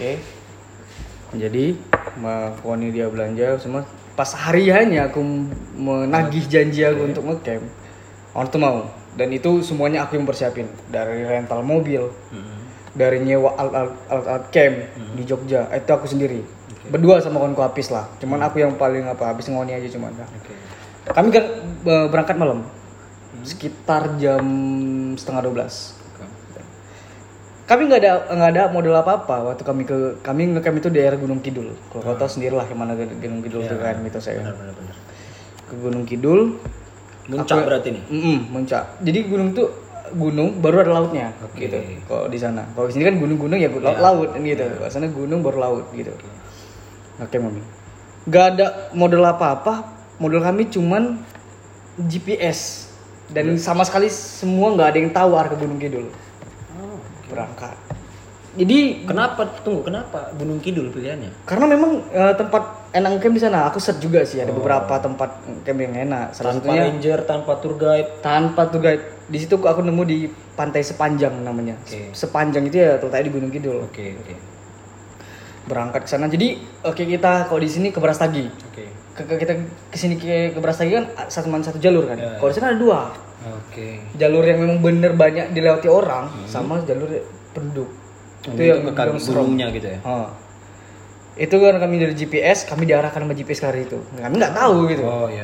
Jadi, kawan ini dia belanja semua. Pas hariannya aku menagih janji aku untuk ngecamp. Orang tuh mau. Dan itu semuanya aku yang persiapin, dari rental mobil, dari nyewa alat camp di Jogja. Itu aku sendiri. Berdua sama kawanku Apis lah. Cuman aku yang paling habis ngoni aja cuman. Kami kan berangkat malam, sekitar jam 11:30. Kami nggak ada modal apa waktu kami ngecamp itu daerah Gunung Kidul. Kalau kau tahu sendirilah kemana Gunung Kidul itu kan gitu saya. Benar. Ke Gunung Kidul. Muncak berarti nih. Muncak. Jadi gunung tuh gunung baru ada lautnya gitu. Kalau di sana, kalau di sini kan gunung-gunung ya laut gitu. Kalau sana gunung baru laut gitu. Oke mami. Gak ada modal apa-apa. Modal kami cuman GPS dan sama sekali semua nggak ada yang tahu arah ke Gunung Kidul. Berangkat. Jadi kenapa Gunung Kidul pilihannya? Karena memang tempat enak camp di sana. Aku search juga sih ada beberapa tempat camp yang enak. Salah tanpa satunya ranger, tanpa tour guide. Di situ aku nemu di Pantai Sepanjang namanya. Sepanjang itu ya terletak di Gunung Kidul. Berangkat ke sana. Jadi kita kalau di sini ke Brastagi. Kita kesini ke Brastagi kan satu jalur kan. Kalau di sana ada 2. Jalur yang memang bener banyak dilewati orang sama jalur penduduk. Itu yang ke gunungnya gitu ya. Itu kan kami dari GPS, kami diarahkan sama GPS hari itu. Kami nggak tahu gitu.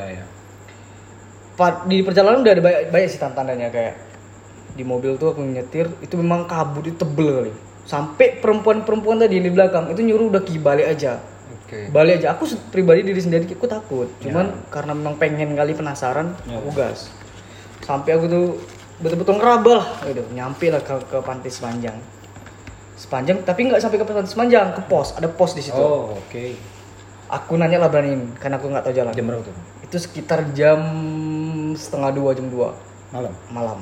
Di perjalanan udah ada banyak sih tanda-tandanya, kayak di mobil tuh aku nyetir itu memang kabut itu tebel kali. Sampai perempuan tadi yang di belakang itu nyuruh udah balik aja. Balik aja. Aku pribadi diri sendiri aku takut. Cuman karena memang pengen kali penasaran, aku gas. Sampai aku tuh betul-betul ngeraba lah gitu. Nyampe lah ke Pantai Sepanjang. Tapi nggak sampai ke Pantai Sepanjang, ke pos. Ada pos di situ. Aku nanya lah beraniin karena aku nggak tahu jalan. Jam berapa tuh? Itu sekitar jam 1:30 jam 2 malam.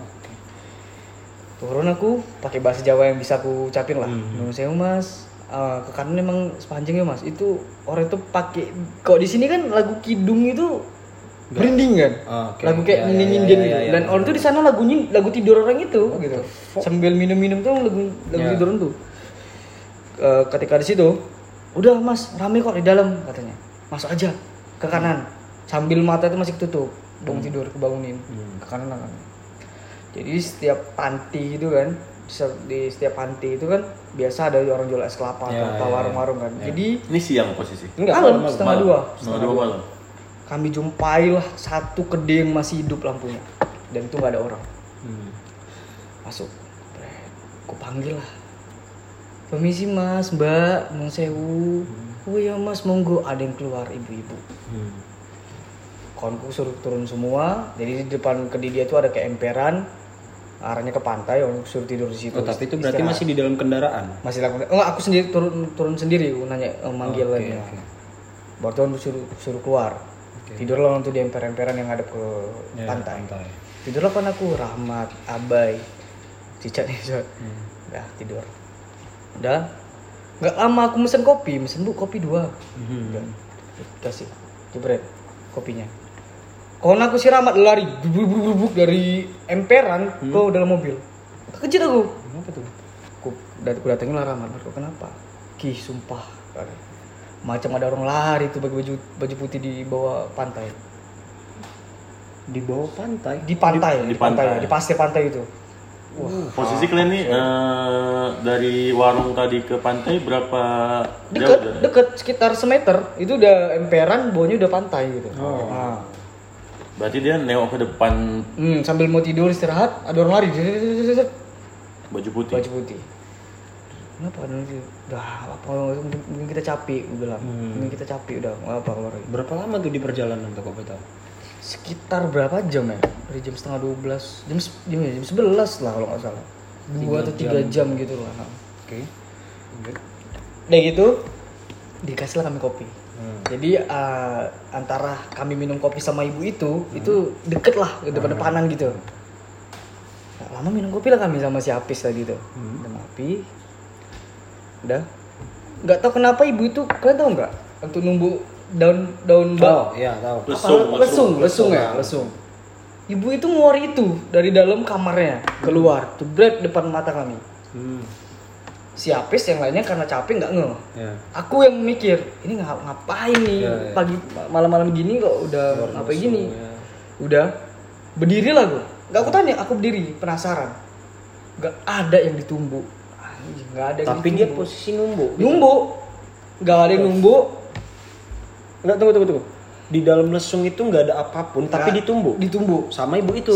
Turun aku pakai bahasa Jawa yang bisa aku ucapin lah. Menurut saya Mas, ke kanan emang sepanjang ya Mas. Itu orang itu pakai, kok di sini kan lagu kidung itu merinding kan. Lagu kayak nyinden gitu. Dan orang tuh di sana lagu tidur orang itu gitu. Sambil minum-minum tuh lagu tiduran tuh. Ketika di situ, udah Mas, rame kok di dalam katanya. Masuk aja ke kanan. Sambil mata itu masih ketutup. Bangun tidur, kebangunin. Ke kanan. Jadi setiap panti itu kan, di setiap panti itu kan biasa ada orang jual es kelapa atau warung-warung kan. Jadi ini siang posisi. Malam, 1:30. 1:30 malam. Kami jumpai lah satu kedai yang masih hidup lampunya dan itu nggak ada orang. Masuk Aku panggil lah. Permisi mas, mbak, mau sewu. Oh ya mas, monggo. Ada yang keluar ibu-ibu. Kawanku suruh turun semua. Jadi di depan kedai dia tuh ada kayak emperan. Arahnya ke pantai, orang suruh tidur di situ. Oh, tapi itu berarti masih di dalam kendaraan? Masih lakukan. Enggak, aku sendiri turun sendiri. Aku nanya, manggil lagi. Baru tuh suruh keluar. Tidurlah untuk di emper-emperan yang hadap ke pantai. Tidurlah kan aku, Rahmat, Abai, Cicat nih, udah tidur. Udah, nggak lama aku mesen kopi, bu kopi 2. Udah, kasih, jebret kopinya. Kawan aku si Rahmat lari, bubuk dari emperan ke dalam mobil. Kejut aku. Kenapa tuh? Aku datengin lah Rahmat, kenapa? Kih, sumpah. Macam ada orang lari tuh pakai baju putih di bawah pantai. Di bawah pantai? Di pantai, di pasir pantai itu. Posisi kalian nih dari warung tadi ke pantai berapa jauh? Deket sekitar semeter. Itu udah emperan, bawahnya udah pantai gitu. Nah. Berarti dia nengok ke depan. Sambil mau tidur istirahat, ada orang lari. Baju putih. Kenapa? Udah apa? Mungkin kita capek, gue bilang. Mungkin kita capek udah. Nggak apa keluar. Berapa lama tuh di perjalanan tuh kok betul? Sekitar berapa jam ya? Dari jam setengah 12, jam 11 lah kalau nggak salah. 2 atau 3 jam gitu lah. Oke. Udah gitu, dikasih lah kami kopi. Jadi antara kami minum kopi sama ibu itu deket lah, depan-depanan gitu. Nah, lama minum kopi lah kami sama si Apis tadi tuh. Minum kopi. Udah. Nggak tahu kenapa ibu itu, kalian tahu nggak? Untuk numbuk daun Oh, iya tahu. Lesung. Ibu itu ngeluar itu dari dalam kamarnya keluar, jebret depan mata kami. Si Apis yang lainnya karena capek nggak ngeh. Aku yang mikir, ini ngapain nih pagi malam-malam gini kok udah ngapain gini. Udah berdirilah gue. Nggak aku tanya, aku berdiri penasaran. Nggak ada yang ditumbuk. Nggak ada. Tapi dia posisi numbuk. Nggak ada yang numbuk. Enggak, tunggu. Di dalam lesung itu nggak ada apapun, tapi ditumbuk. Sama ibu itu.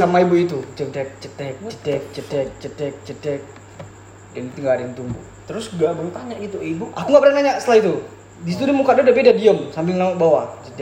Cetek. Dan itu nggak ada yang tumbuk. Terus gak abang tanya gitu, ibu? Aku nggak pernah nanya setelah itu. Di situ dia muka dia udah beda, diam sambil nengok bawah.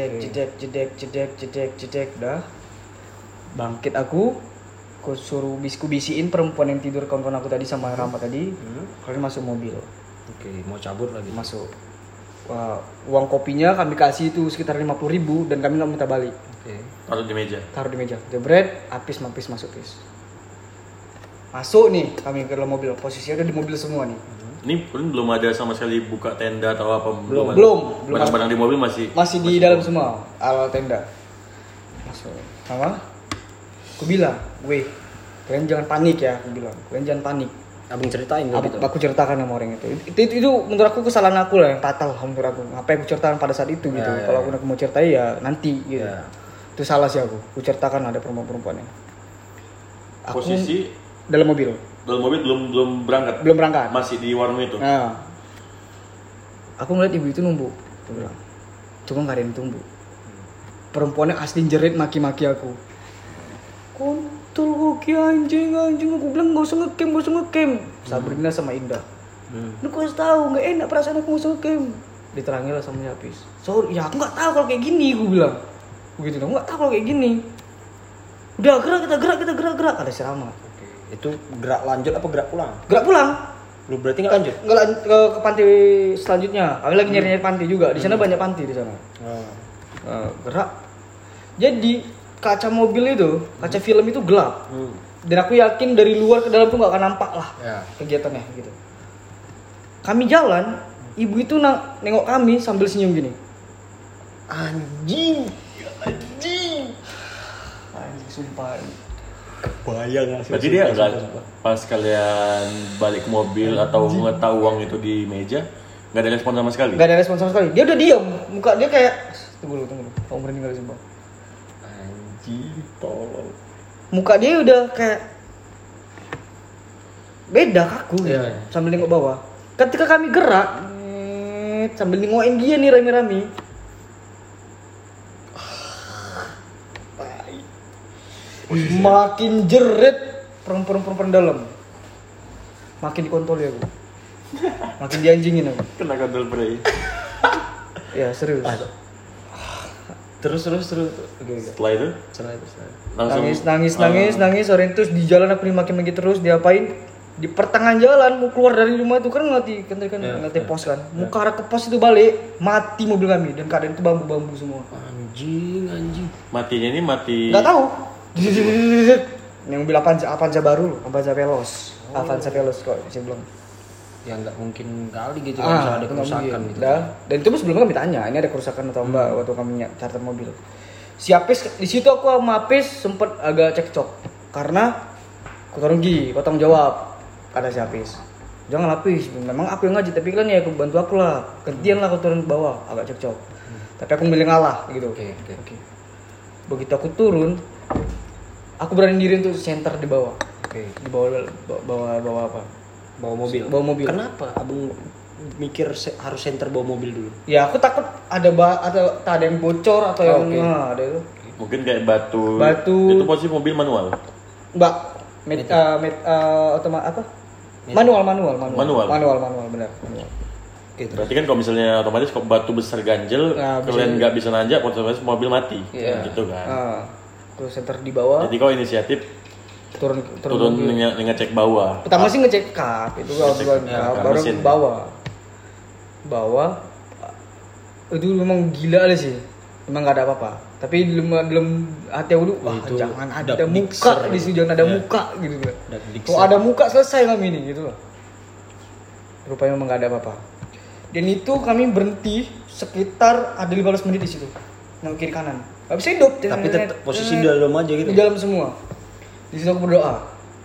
Cetek. Udah. Bangkit aku suruh bisiin perempuan yang tidur kawan-kawan aku tadi sama Rama tadi. Kalian masuk mobil. Oke, mau cabut lagi. Masuk. Uang kopinya kami kasih itu sekitar 50.000 dan kami nggak minta balik. Taruh di meja. Jebret, Apis masuk Pis. Masuk nih kami ke dalam mobil. Posisinya udah di mobil semua nih. Ini pun belum ada sama sekali buka tenda atau apa. Belum. Barang-barang di mobil masih di dalam semua alat tenda. Masuk. Sama? Aku bilang, kalian jangan panik ya. Kalian jangan panik. Abang ceritain gitu. Aku ceritakan sama orang itu. Itu menurut aku kesalahan aku lah yang fatal menurut aku. Apa yang aku ceritakan pada saat itu gitu. Kalau aku mau ceritain ya nanti gitu. Itu salah sih aku. Aku ceritakan ada perempuan-perempuannya. Aku posisi dalam mobil belum berangkat. Masih di warung itu. Nah, aku ngeliat ibu itu numbuk. Cuma nggak ada yang tumbuk. Perempuannya asli jerit maki-maki aku. Kontol hoki anjing. Aku bilang gak usah ngekem. Sabrina sama Indah. Lu kok tahu nggak enak perasaan aku gak usah ngekem. Diterangin lah sama Yapis. Sorry, ya aku nggak tahu kalau kayak gini. Aku bilang. Begitu dong, nggak tahu kalau kayak gini. Udah kita gerak. Ada si Rama. Itu gerak lanjut apa gerak pulang? Gerak pulang. Lu berarti nggak lanjut? Nggak ke pantai selanjutnya. Kami lagi nyari pantai juga. Di sana banyak pantai di sana. Gerak. Jadi kaca mobil itu, kaca film itu gelap. Dan aku yakin dari luar ke dalam tuh nggak akan nampak lah kegiatannya gitu. Kami jalan, ibu itu nengok kami sambil senyum gini. Anjing, sumpah. Kebayang sih. Berarti dia nggak pas kalian balik ke mobil atau ngetahu uang itu di meja, nggak ada respon sama sekali? Nggak ada respon sama sekali. Dia udah diam, muka dia kayak tunggu lu. Kamu berani kali sumpah. Anjing, tolong. Muka dia udah kayak beda kaku gitu. Sambil nengok bawah. Ketika kami gerak, sambil nengokin dia nih rame-rame. Makin jerit perempuan dalam. makin dikontol ya aku. Makin dianjingin aku. Kena kontrol prey. Ya serius. Terus. Oke. Setelah itu langsung Nangis orang terus di jalan aku dimaki-maki terus diapain di pertengahan jalan mau keluar dari rumah itu kan ngelatih pos kan mau ke arah ke pos itu balik mati mobil kami dan keadaan itu bambu semua Anjing. matinya ini mati nggak tahu yang mobil Avanza baru loh Avanza Veloz kok saya bilang Ya nggak mungkin kali gitu kalau misalnya ada kerusakan gitu. Dan itu sebelumnya kami tanya ini ada kerusakan atau enggak waktu kami charter mobil. Si Apis di situ aku sama Apis sempet agak cekcok karena aku tanggung jawab kata si Apis. Jangan Apis, memang aku yang ngaji tapi kan ya aku bantu aku lah. Gantian lah aku turun ke bawah agak cekcok. Tapi aku milih ngalah gitu. Oke. Begitu aku turun, aku berani diri untuk center di bawah. Oke. Di bawah apa? Bawa mobil. Kenapa abang mikir harus center bawa mobil dulu? Ya aku takut ada yang bocor atau yang ada itu. Mungkin kayak batu. Itu posisi mobil manual. Mbak, apa? Manual benar. Gitu. Berarti kan kalau misalnya otomatis kalau batu besar ganjel, kalian nggak bisa nanjak, otomatis mobil mati, gitu kan? Terus center di bawah. Jadi kalau inisiatif turun ngecek bawah. Pertama sih ngecek kap, itu baru bawah. Itu memang gila lah sih. Memang nggak ada apa-apa. Tapi belum hati aku dulu, wah jangan ada muka di situ, jangan ada muka gitu kan. Kalau ada muka selesai kami ini gitu loh. Rupanya memang nggak ada apa-apa. Dan itu kami berhenti sekitar ada 15 menit di situ. Nang kiri kanan. Gak bisa hidup. Tapi tetap posisi di dalam aja gitu. Di dalam semua. Di situ aku berdoa.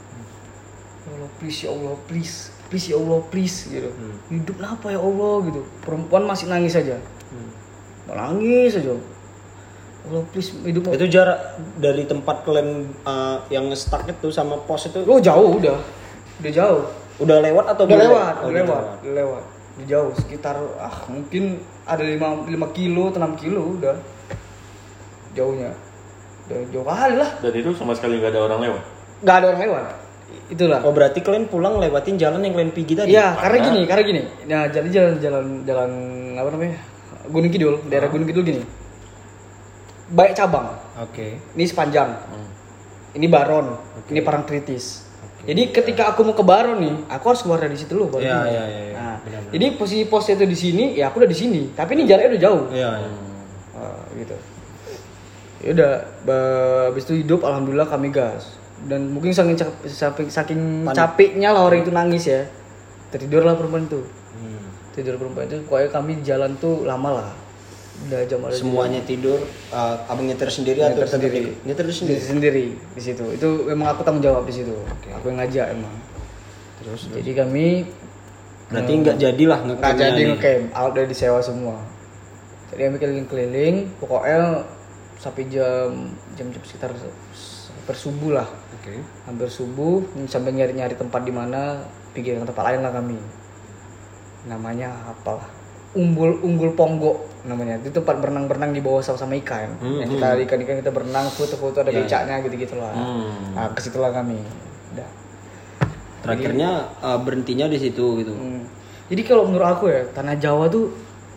Ya Allah, please ya Allah, please gitu. Hidup kenapa ya Allah gitu. Perempuan masih nangis aja. Nangis aja. Allah please hidup. Itu jarak dari tempat kalian yang stuck itu sama pos itu? Jauh udah jauh. Udah lewat atau udah lewat. Jauh sekitar mungkin ada 5 kilo atau 6 kilo udah jauhnya. Udah jauh kali lah. Dan itu sama sekali nggak ada orang lewat? Nggak ada orang lewat. Itulah. Oh berarti kalian pulang lewatin jalan yang kalian pergi tadi? Iya, karena gini. Nah, jadi jalan apa namanya? Gunung Kidul, daerah Gunung Kidul gini. Banyak cabang. Oke. Ini sepanjang. Ini Baron. Ini Parangtritis. Jadi ketika aku mau ke Baron nih, aku harus keluar dari situ loh baru. Iya. Nah, jadi posisi posnya itu di sini, ya aku udah di sini. Tapi ini jaraknya udah jauh. Iya. Gitu. Ya udah, habis itu hidup alhamdulillah kami gas. Dan mungkin saking capeknya lah orang itu nangis ya. Tertidurlah perempuan itu. Pokoknya kami jalan tuh lama lah. Udah jam semuanya tidur, abang nyetir sendiri atau sendiri? Nyetir sendiri di situ. Itu memang aku tanggung jawab di situ. Aku yang ngajak emang. Terus jadi kami berarti nggak jadilah ngecamp, out dari disewa semua. Jadi kami keliling, pokoknya sampai jam sekitar subuh lah. Hampir subuh sampai nyari tempat di mana, pikir tempat lain lah kami. Namanya apalah? Unggul Ponggok namanya. Itu tempat berenang di bawah sama ikan. Yang kita ikan kita berenang, foto-foto ada becaknya gitu lah. Nah, ke situlah kami. Udah. Terakhirnya berhentinya di situ gitu. Jadi kalau menurut aku ya, tanah Jawa tuh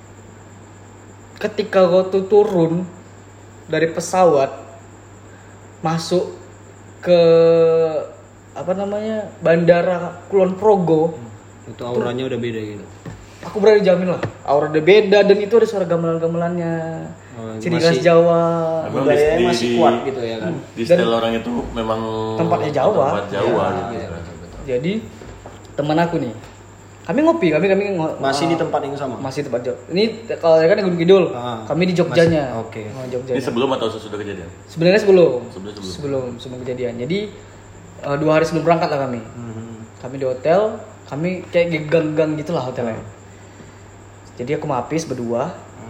ketika kau tuh turun dari pesawat masuk ke Bandara Kulon Progo, itu auranya udah beda gitu. Aku berani jamin lah, aura udah beda dan itu ada suara gamelan-gamelannya. Ciri khas Jawa. Budayanya masih kuat gitu ya kan. Di setel orang itu memang tempatnya Jawa. Tempat Jawa gitu. Jadi teman aku nih, kami ngopi, kami masih di tempat yang sama. Masih tempat Jawa. Ini kalau kan di Gunung Kidul, kami di Jogjanya. Oke. Ini sebelum atau sesudah kejadian? Sebenarnya sebelum kejadian. Jadi 2 hari sebelum berangkat lah kami. Kami di hotel, kami kayak gang-gang gitulah hotelnya. Jadi aku sama Apis berdua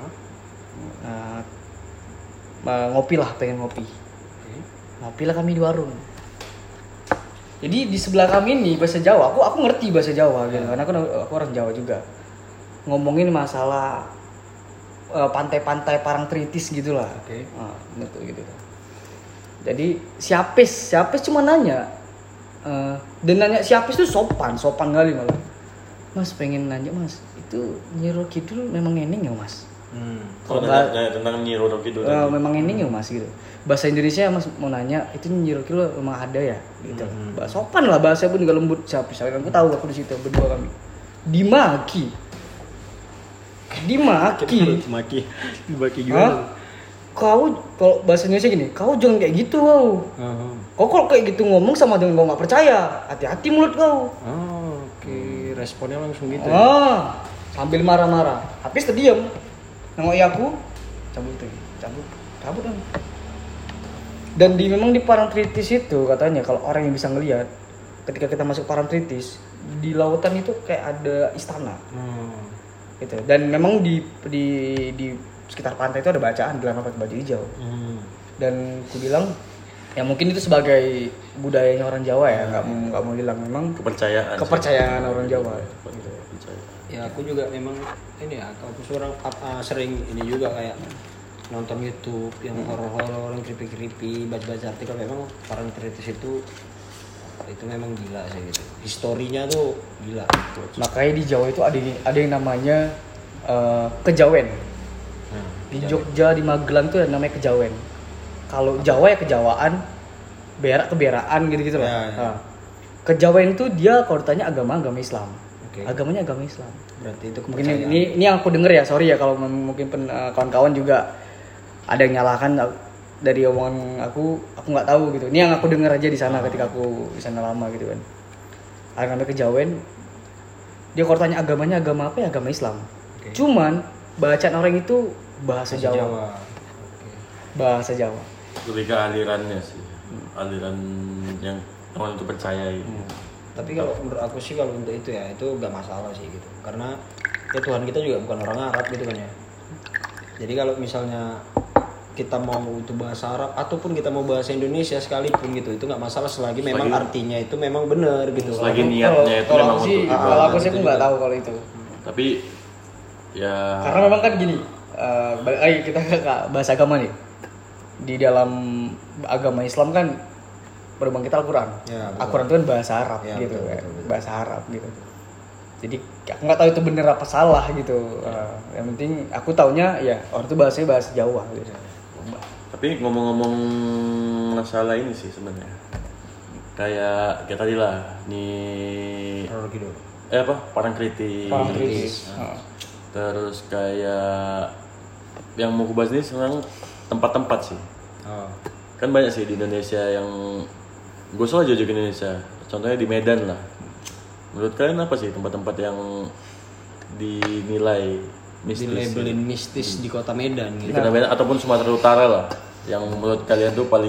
ngopi lah, pengen ngopi. Ngopi lah kami di warung. Jadi di sebelah kami ini bahasa Jawa, aku ngerti bahasa Jawa gitu, karena aku orang Jawa juga. Ngomongin masalah pantai-pantai Parangtritis gitulah. Oke. Gitu. Jadi si Apis cuma nanya, dan nanya si Apis tuh sopan kali malah. Mas pengen nanya mas, itu Nyi Roro Kidul memang eneng ya mas? Kalau nanya tentang Nyi Roro Kidul memang eneng ya mas gitu. Bahasa Indonesia mas mau nanya itu Nyi Roro Kidul memang ada ya gitu. Sopan lah bahasa pun juga lembut. Siapa aku tahu aku di situ berdua kami dimaki Maki gimana? Kau kalau bahasa Indonesia gini, kau jangan kayak gitu kau. Kau kalau kayak gitu ngomong sama dengan kau nggak percaya, hati-hati mulut kau. Oke, responnya langsung gitu. Sambil marah-marah. Habis terdiam. Nengok aku, cabut kan. Dan memang di Parangtritis itu katanya kalau orang yang bisa ngelihat, ketika kita masuk Parangtritis di lautan itu kayak ada istana. Gitu. Dan memang di sekitar pantai itu ada bacaan bilang apa baju hijau. Dan aku bilang ya mungkin itu sebagai budayanya orang Jawa ya, nggak mau bilang memang kepercayaan orang Jawa. Gitu. Ya aku juga memang ini ya, aku sering ini juga kayak nonton YouTube yang horor-horor, yang creepy, baca-baca artikel memang Parangtritis itu memang gila sih gitu. Historinya tuh gila. Makanya di Jawa itu ada yang namanya kejawen. Di Jogja, di Magelang tuh ada namanya kejawen. Kalau Jawa ya kejawaan, berak keberaan gitu loh. Nah, kejawen itu dia kalau ditanya agama Islam. Agamanya agama Islam. Berarti itu mungkin ini yang aku denger ya, sorry ya kalau mungkin kawan-kawan juga ada yang nyalahkan dari omongan aku nggak tahu gitu. Ini yang aku dengar aja di sana ketika aku di sana lama gitu kan. Ada namanya kejawen. Dia kalau tanya agamanya agama apa ya, agama Islam. Cuman bacaan orang itu bahasa Jawa. Bahasa Jawa. Lebih ke alirannya sih. Aliran yang orang itu percaya gitu. Tapi kalau menurut aku sih kalau untuk itu ya itu gak masalah sih gitu. Karena ya Tuhan kita juga bukan orang Arab gitu kan ya. Jadi kalau misalnya kita mau itu bahasa Arab ataupun kita mau bahasa Indonesia sekalipun gitu, itu nggak masalah selagi memang artinya itu memang benar gitu. Selagi niatnya itu memang untuk ibadah. Kalau aku sih aku nggak tahu kalau itu. Tapi ya karena memang kan gini, balik lagi kita ke bahasa agama nih. Di dalam agama Islam kan pedoman kita Al-Quran. Ya, Al-Quran itu kan bahasa Arab ya, gitu, betul. Bahasa Arab gitu. Jadi aku nggak tahu itu benar apa salah gitu. Yang penting aku taunya ya orang itu bahasanya bahasa Jawa gitu. Tapi ngomong-ngomong masalah ini sih sebenarnya kayak tadi lah nih Parangtritis. Terus kayak yang mau aku bahas ini sekarang tempat-tempat sih. Kan banyak sih di Indonesia yang gue selalu jauh ke Indonesia. Contohnya di Medan lah. Menurut kalian apa sih tempat-tempat yang dinilai mistis? Dilabelin mistis di kota Medan gitu. Di kota Medan ataupun Sumatera Utara lah. Yang menurut kalian tuh paling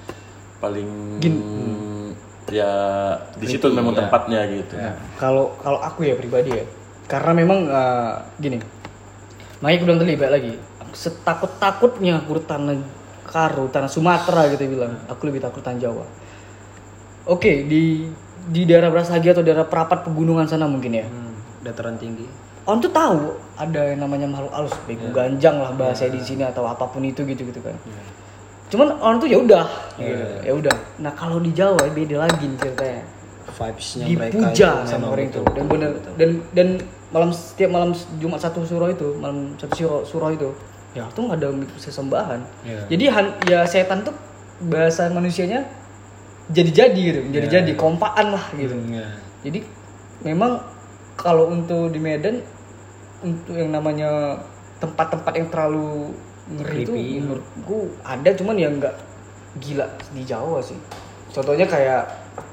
ya di situ memang tempatnya gitu. Ya. Kalau aku ya pribadi ya. Karena memang gini. Makanya aku bilang tadi balik lagi. Setakut-takutnya aku tanah Sumatera gitu bilang. Aku lebih takut tanah Jawa. Oke, di daerah Brastagi atau daerah Perapat pegunungan sana mungkin ya. Dataran tinggi. Orang tuh tahu ada yang namanya makhluk halus, bego ganjang lah bahasa di sini atau apapun itu gitu kan. Cuman orang tuh ya udah, ya udah. Nah kalau di Jawa beda lagi nih ceritanya. Vibes-nya dipuja sama orang itu dan benar dan setiap malam Jumat satu suro itu, malam satu suro itu, ya tuh nggak ada sesembahan. Jadi ya setan tuh bahasa manusianya jadi gitu, jadi kompaan lah gitu. Jadi memang kalau untuk di Medan untuk yang namanya tempat-tempat yang terlalu ngeri itu menurutku ada, cuman yang nggak gila di Jawa sih. Contohnya kayak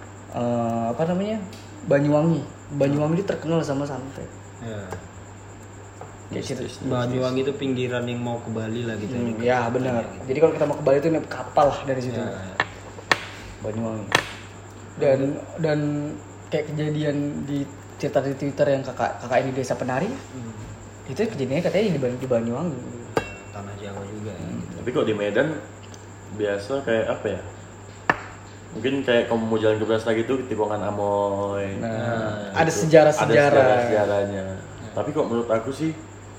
Banyuwangi itu terkenal sama santet. Kayak situ. Banyuwangi itu pinggiran yang mau ke Bali lah gitu. Ya benar. Jadi kalau kita mau ke Bali itu naik kapal lah dari situ. Banyuwangi. Dan kayak kejadian di cerita di Twitter yang kakak ini desa penari. Itu kejadiannya katanya di Banyuwangi. Tanah Jawa juga. Tapi kok di Medan biasa kayak apa ya? Mungkin kayak kamu mau jalan ke Brastagi itu Tikungan Amoy. Ada sejarahnya. Tapi kok menurut aku sih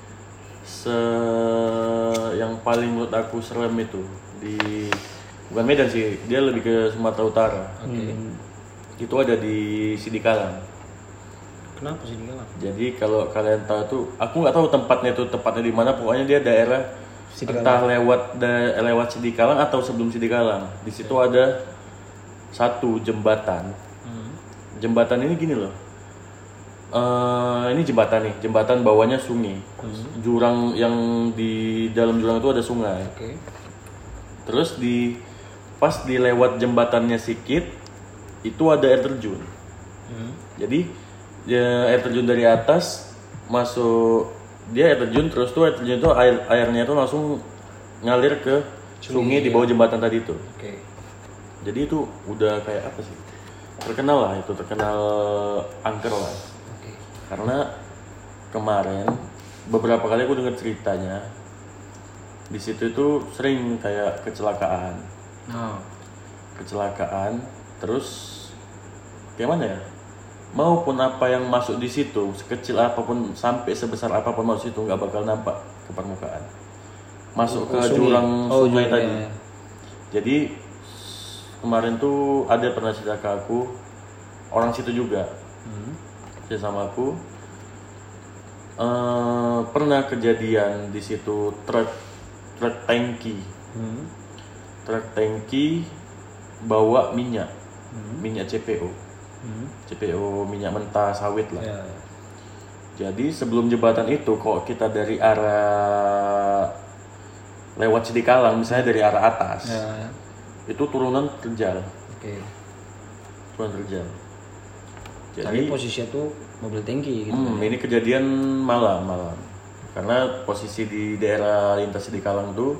yang paling menurut aku serem itu bukan Medan sih, dia lebih ke Sumatera Utara. itu ada di Sidikalang. Kenapa sih dia? Jadi kalau kalian tahu tuh, aku nggak tahu tepatnya di mana. Pokoknya dia daerah entah lewat Sidikalang atau sebelum Sidikalang. Di situ ada satu jembatan. Jembatan ini gini loh. Ini jembatan nih, jembatan bawahnya sungai. Jurang yang di dalam jurang itu ada sungai. Oke. Terus pas dilewat jembatannya sedikit itu ada air terjun. Jadi ya, air terjun dari atas masuk, dia air terjun, terus tuh air terjun itu airnya itu langsung ngalir ke sungai di bawah jembatan tadi itu. Oke. Jadi itu udah kayak apa sih? Terkenal lah itu, terkenal angker lah. Oke. Karena kemarin beberapa kali aku dengar ceritanya di situ itu sering kayak kecelakaan. Kecelakaan, terus gimana ya? Maupun apa yang masuk di situ, sekecil apapun sampai sebesar apapun masuk situ nggak bakal nampak ke permukaan. Masuk ke jurang sungai tadi. Iya. Jadi kemarin tuh ada pernah cerita ke aku orang situ juga, cerita sama aku. Pernah kejadian di situ truk tangki, truk tangki bawa minyak CPO. CPO minyak mentah sawit lah. Ya. Jadi sebelum jembatan itu, kok kita dari arah lewat Sidikalang, misalnya dari arah atas, itu turunan terjal. Oke. Turunan terjal. Jadi Jadi posisinya tuh mobil tangki gitu. ini kejadian malam. Karena posisi di daerah lintas Sidikalang tuh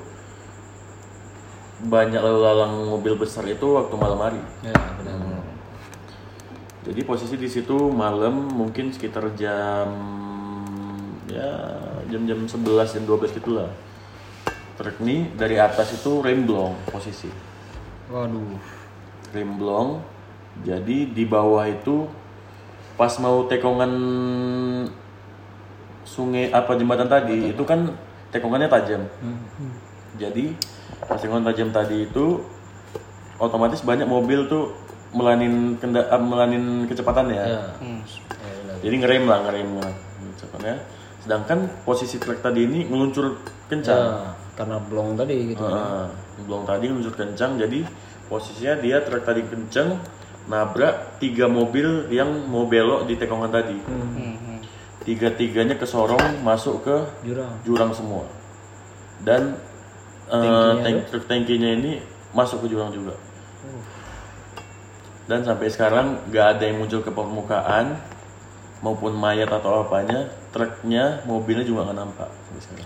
banyak lalu lalang mobil besar itu waktu malam hari. Ya, benar. Jadi posisi di situ malam mungkin sekitar jam 11 jam 12 gitulah. Truk ini dari atas itu remblong posisi. Waduh. Remblong. Jadi di bawah itu pas mau tekongan sungai apa jembatan tadi itu kan tekongannya tajam. Jadi pas tekongan tajam tadi itu otomatis banyak mobil tuh melanin kecepatannya. Jadi ngerem kecepatannya. Sedangkan posisi truk tadi ini meluncur kencang. Karena blong tadi gitu. Blong tadi meluncur kencang, jadi posisinya dia truk tadi kencang nabrak 3 mobil yang mau belok di tekongan tadi. 3-tiganya kesorong masuk ke jurang semua. Dan truk tangkinya ini masuk ke jurang juga. Dan sampai sekarang nggak ada yang muncul ke permukaan maupun mayat atau apanya, truknya, mobilnya juga nggak nampak sampai sekarang.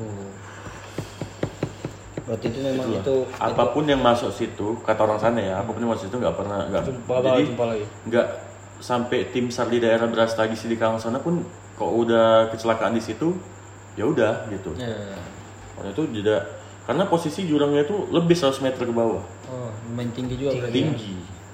Berarti itu memang Itulah. itu Apapun yang masuk situ, kata orang sana ya, apapun yang masuk situ nggak pernah jumpa lagi. nggak sampai tim SAR di daerah Brastagi Sidikalang sana pun kok udah kecelakaan di situ, ya udah gitu. Karena itu tidak, karena posisi jurangnya itu lebih 100 meter ke bawah. main tinggi juga berarti. Tinggi.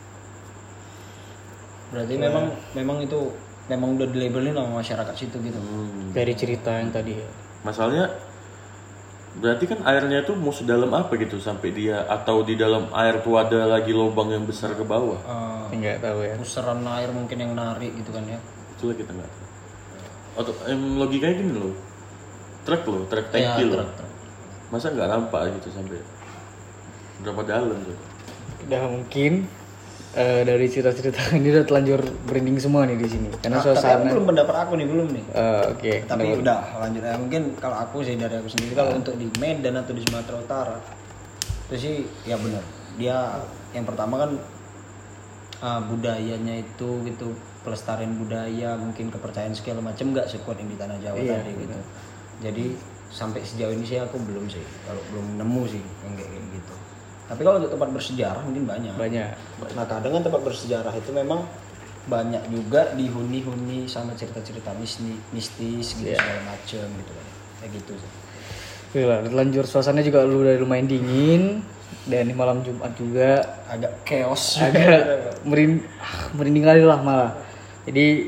Berarti memang itu memang udah dilabelin sama masyarakat situ gitu. Dari cerita yang tadi ya. Masalahnya berarti kan airnya itu mau sedalam apa gitu sampai dia, atau di dalam air tuh ada lagi lubang yang besar ke bawah. Enggak tahu ya. Pusaran air mungkin yang narik gitu kan ya. Itulah kita nggak tahu. Atau logikanya gini loh, truk tangki loh. Truk. Masa nggak nampak gitu sampai berapa dalam tuh? Udah mungkin dari cerita-cerita ini udah telanjur merinding semua nih di sini. Karena Tapi suasana. aku belum pendapat aku nih belum nih. Oke. Tapi udah lanjut ya. Mungkin kalau aku sih dari aku sendiri kalau untuk di Medan atau di Sumatera Utara itu sih ya benar. Dia yang pertama kan budayanya itu gitu, pelestarian budaya, mungkin kepercayaan segala macam nggak sekuat yang di tanah Jawa tadi gitu. Jadi sampai sejauh ini sih aku belum sih, kalau belum nemu sih yang kayak gitu. Tapi kalau untuk tempat bersejarah mungkin banyak. Nah kadang kan tempat bersejarah itu memang banyak juga dihuni-huni sama cerita-cerita mistis gitu segala macem gitu kan. Kayak gitu sih. Gila, lanjut suasananya juga lu dari lumayan dingin dan di malam Jumat juga Agak chaos. agak merinding kali lah malah. Jadi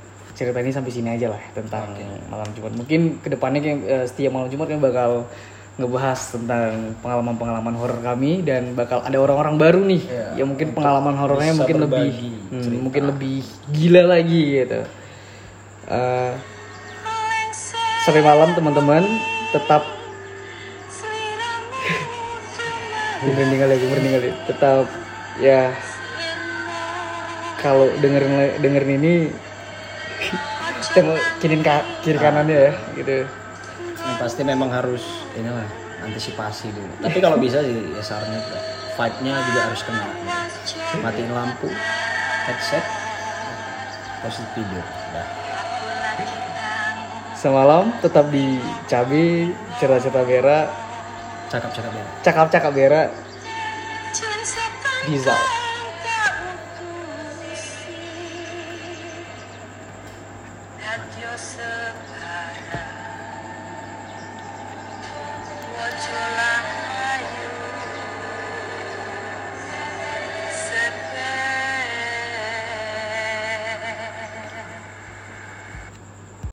cerita ini sampai sini aja lah tentang malam Jumat. Mungkin kedepannya setiap malam Jumat kan bakal ngebahas tentang pengalaman-pengalaman horor kami dan bakal ada orang-orang baru nih yang mungkin pengalaman horornya bisa mungkin lebih berbagi cerita. mungkin lebih gila lagi gitu. Sampai malam teman-teman, tetap merinding, tetap ya kalau dengerin ini kiri kanannya ya gitu. Yang pasti memang harus inilah antisipasi dulu. Tapi kalau bisa sih ya sarannya vibe-nya juga harus kena. Matiin lampu, headset, terus tidur. Udah. Semalam tetap di Cabe, cerita-cerita Bera, Cakap-cakap ya. cakap-cakap Bera, Rizal. That you're surprised.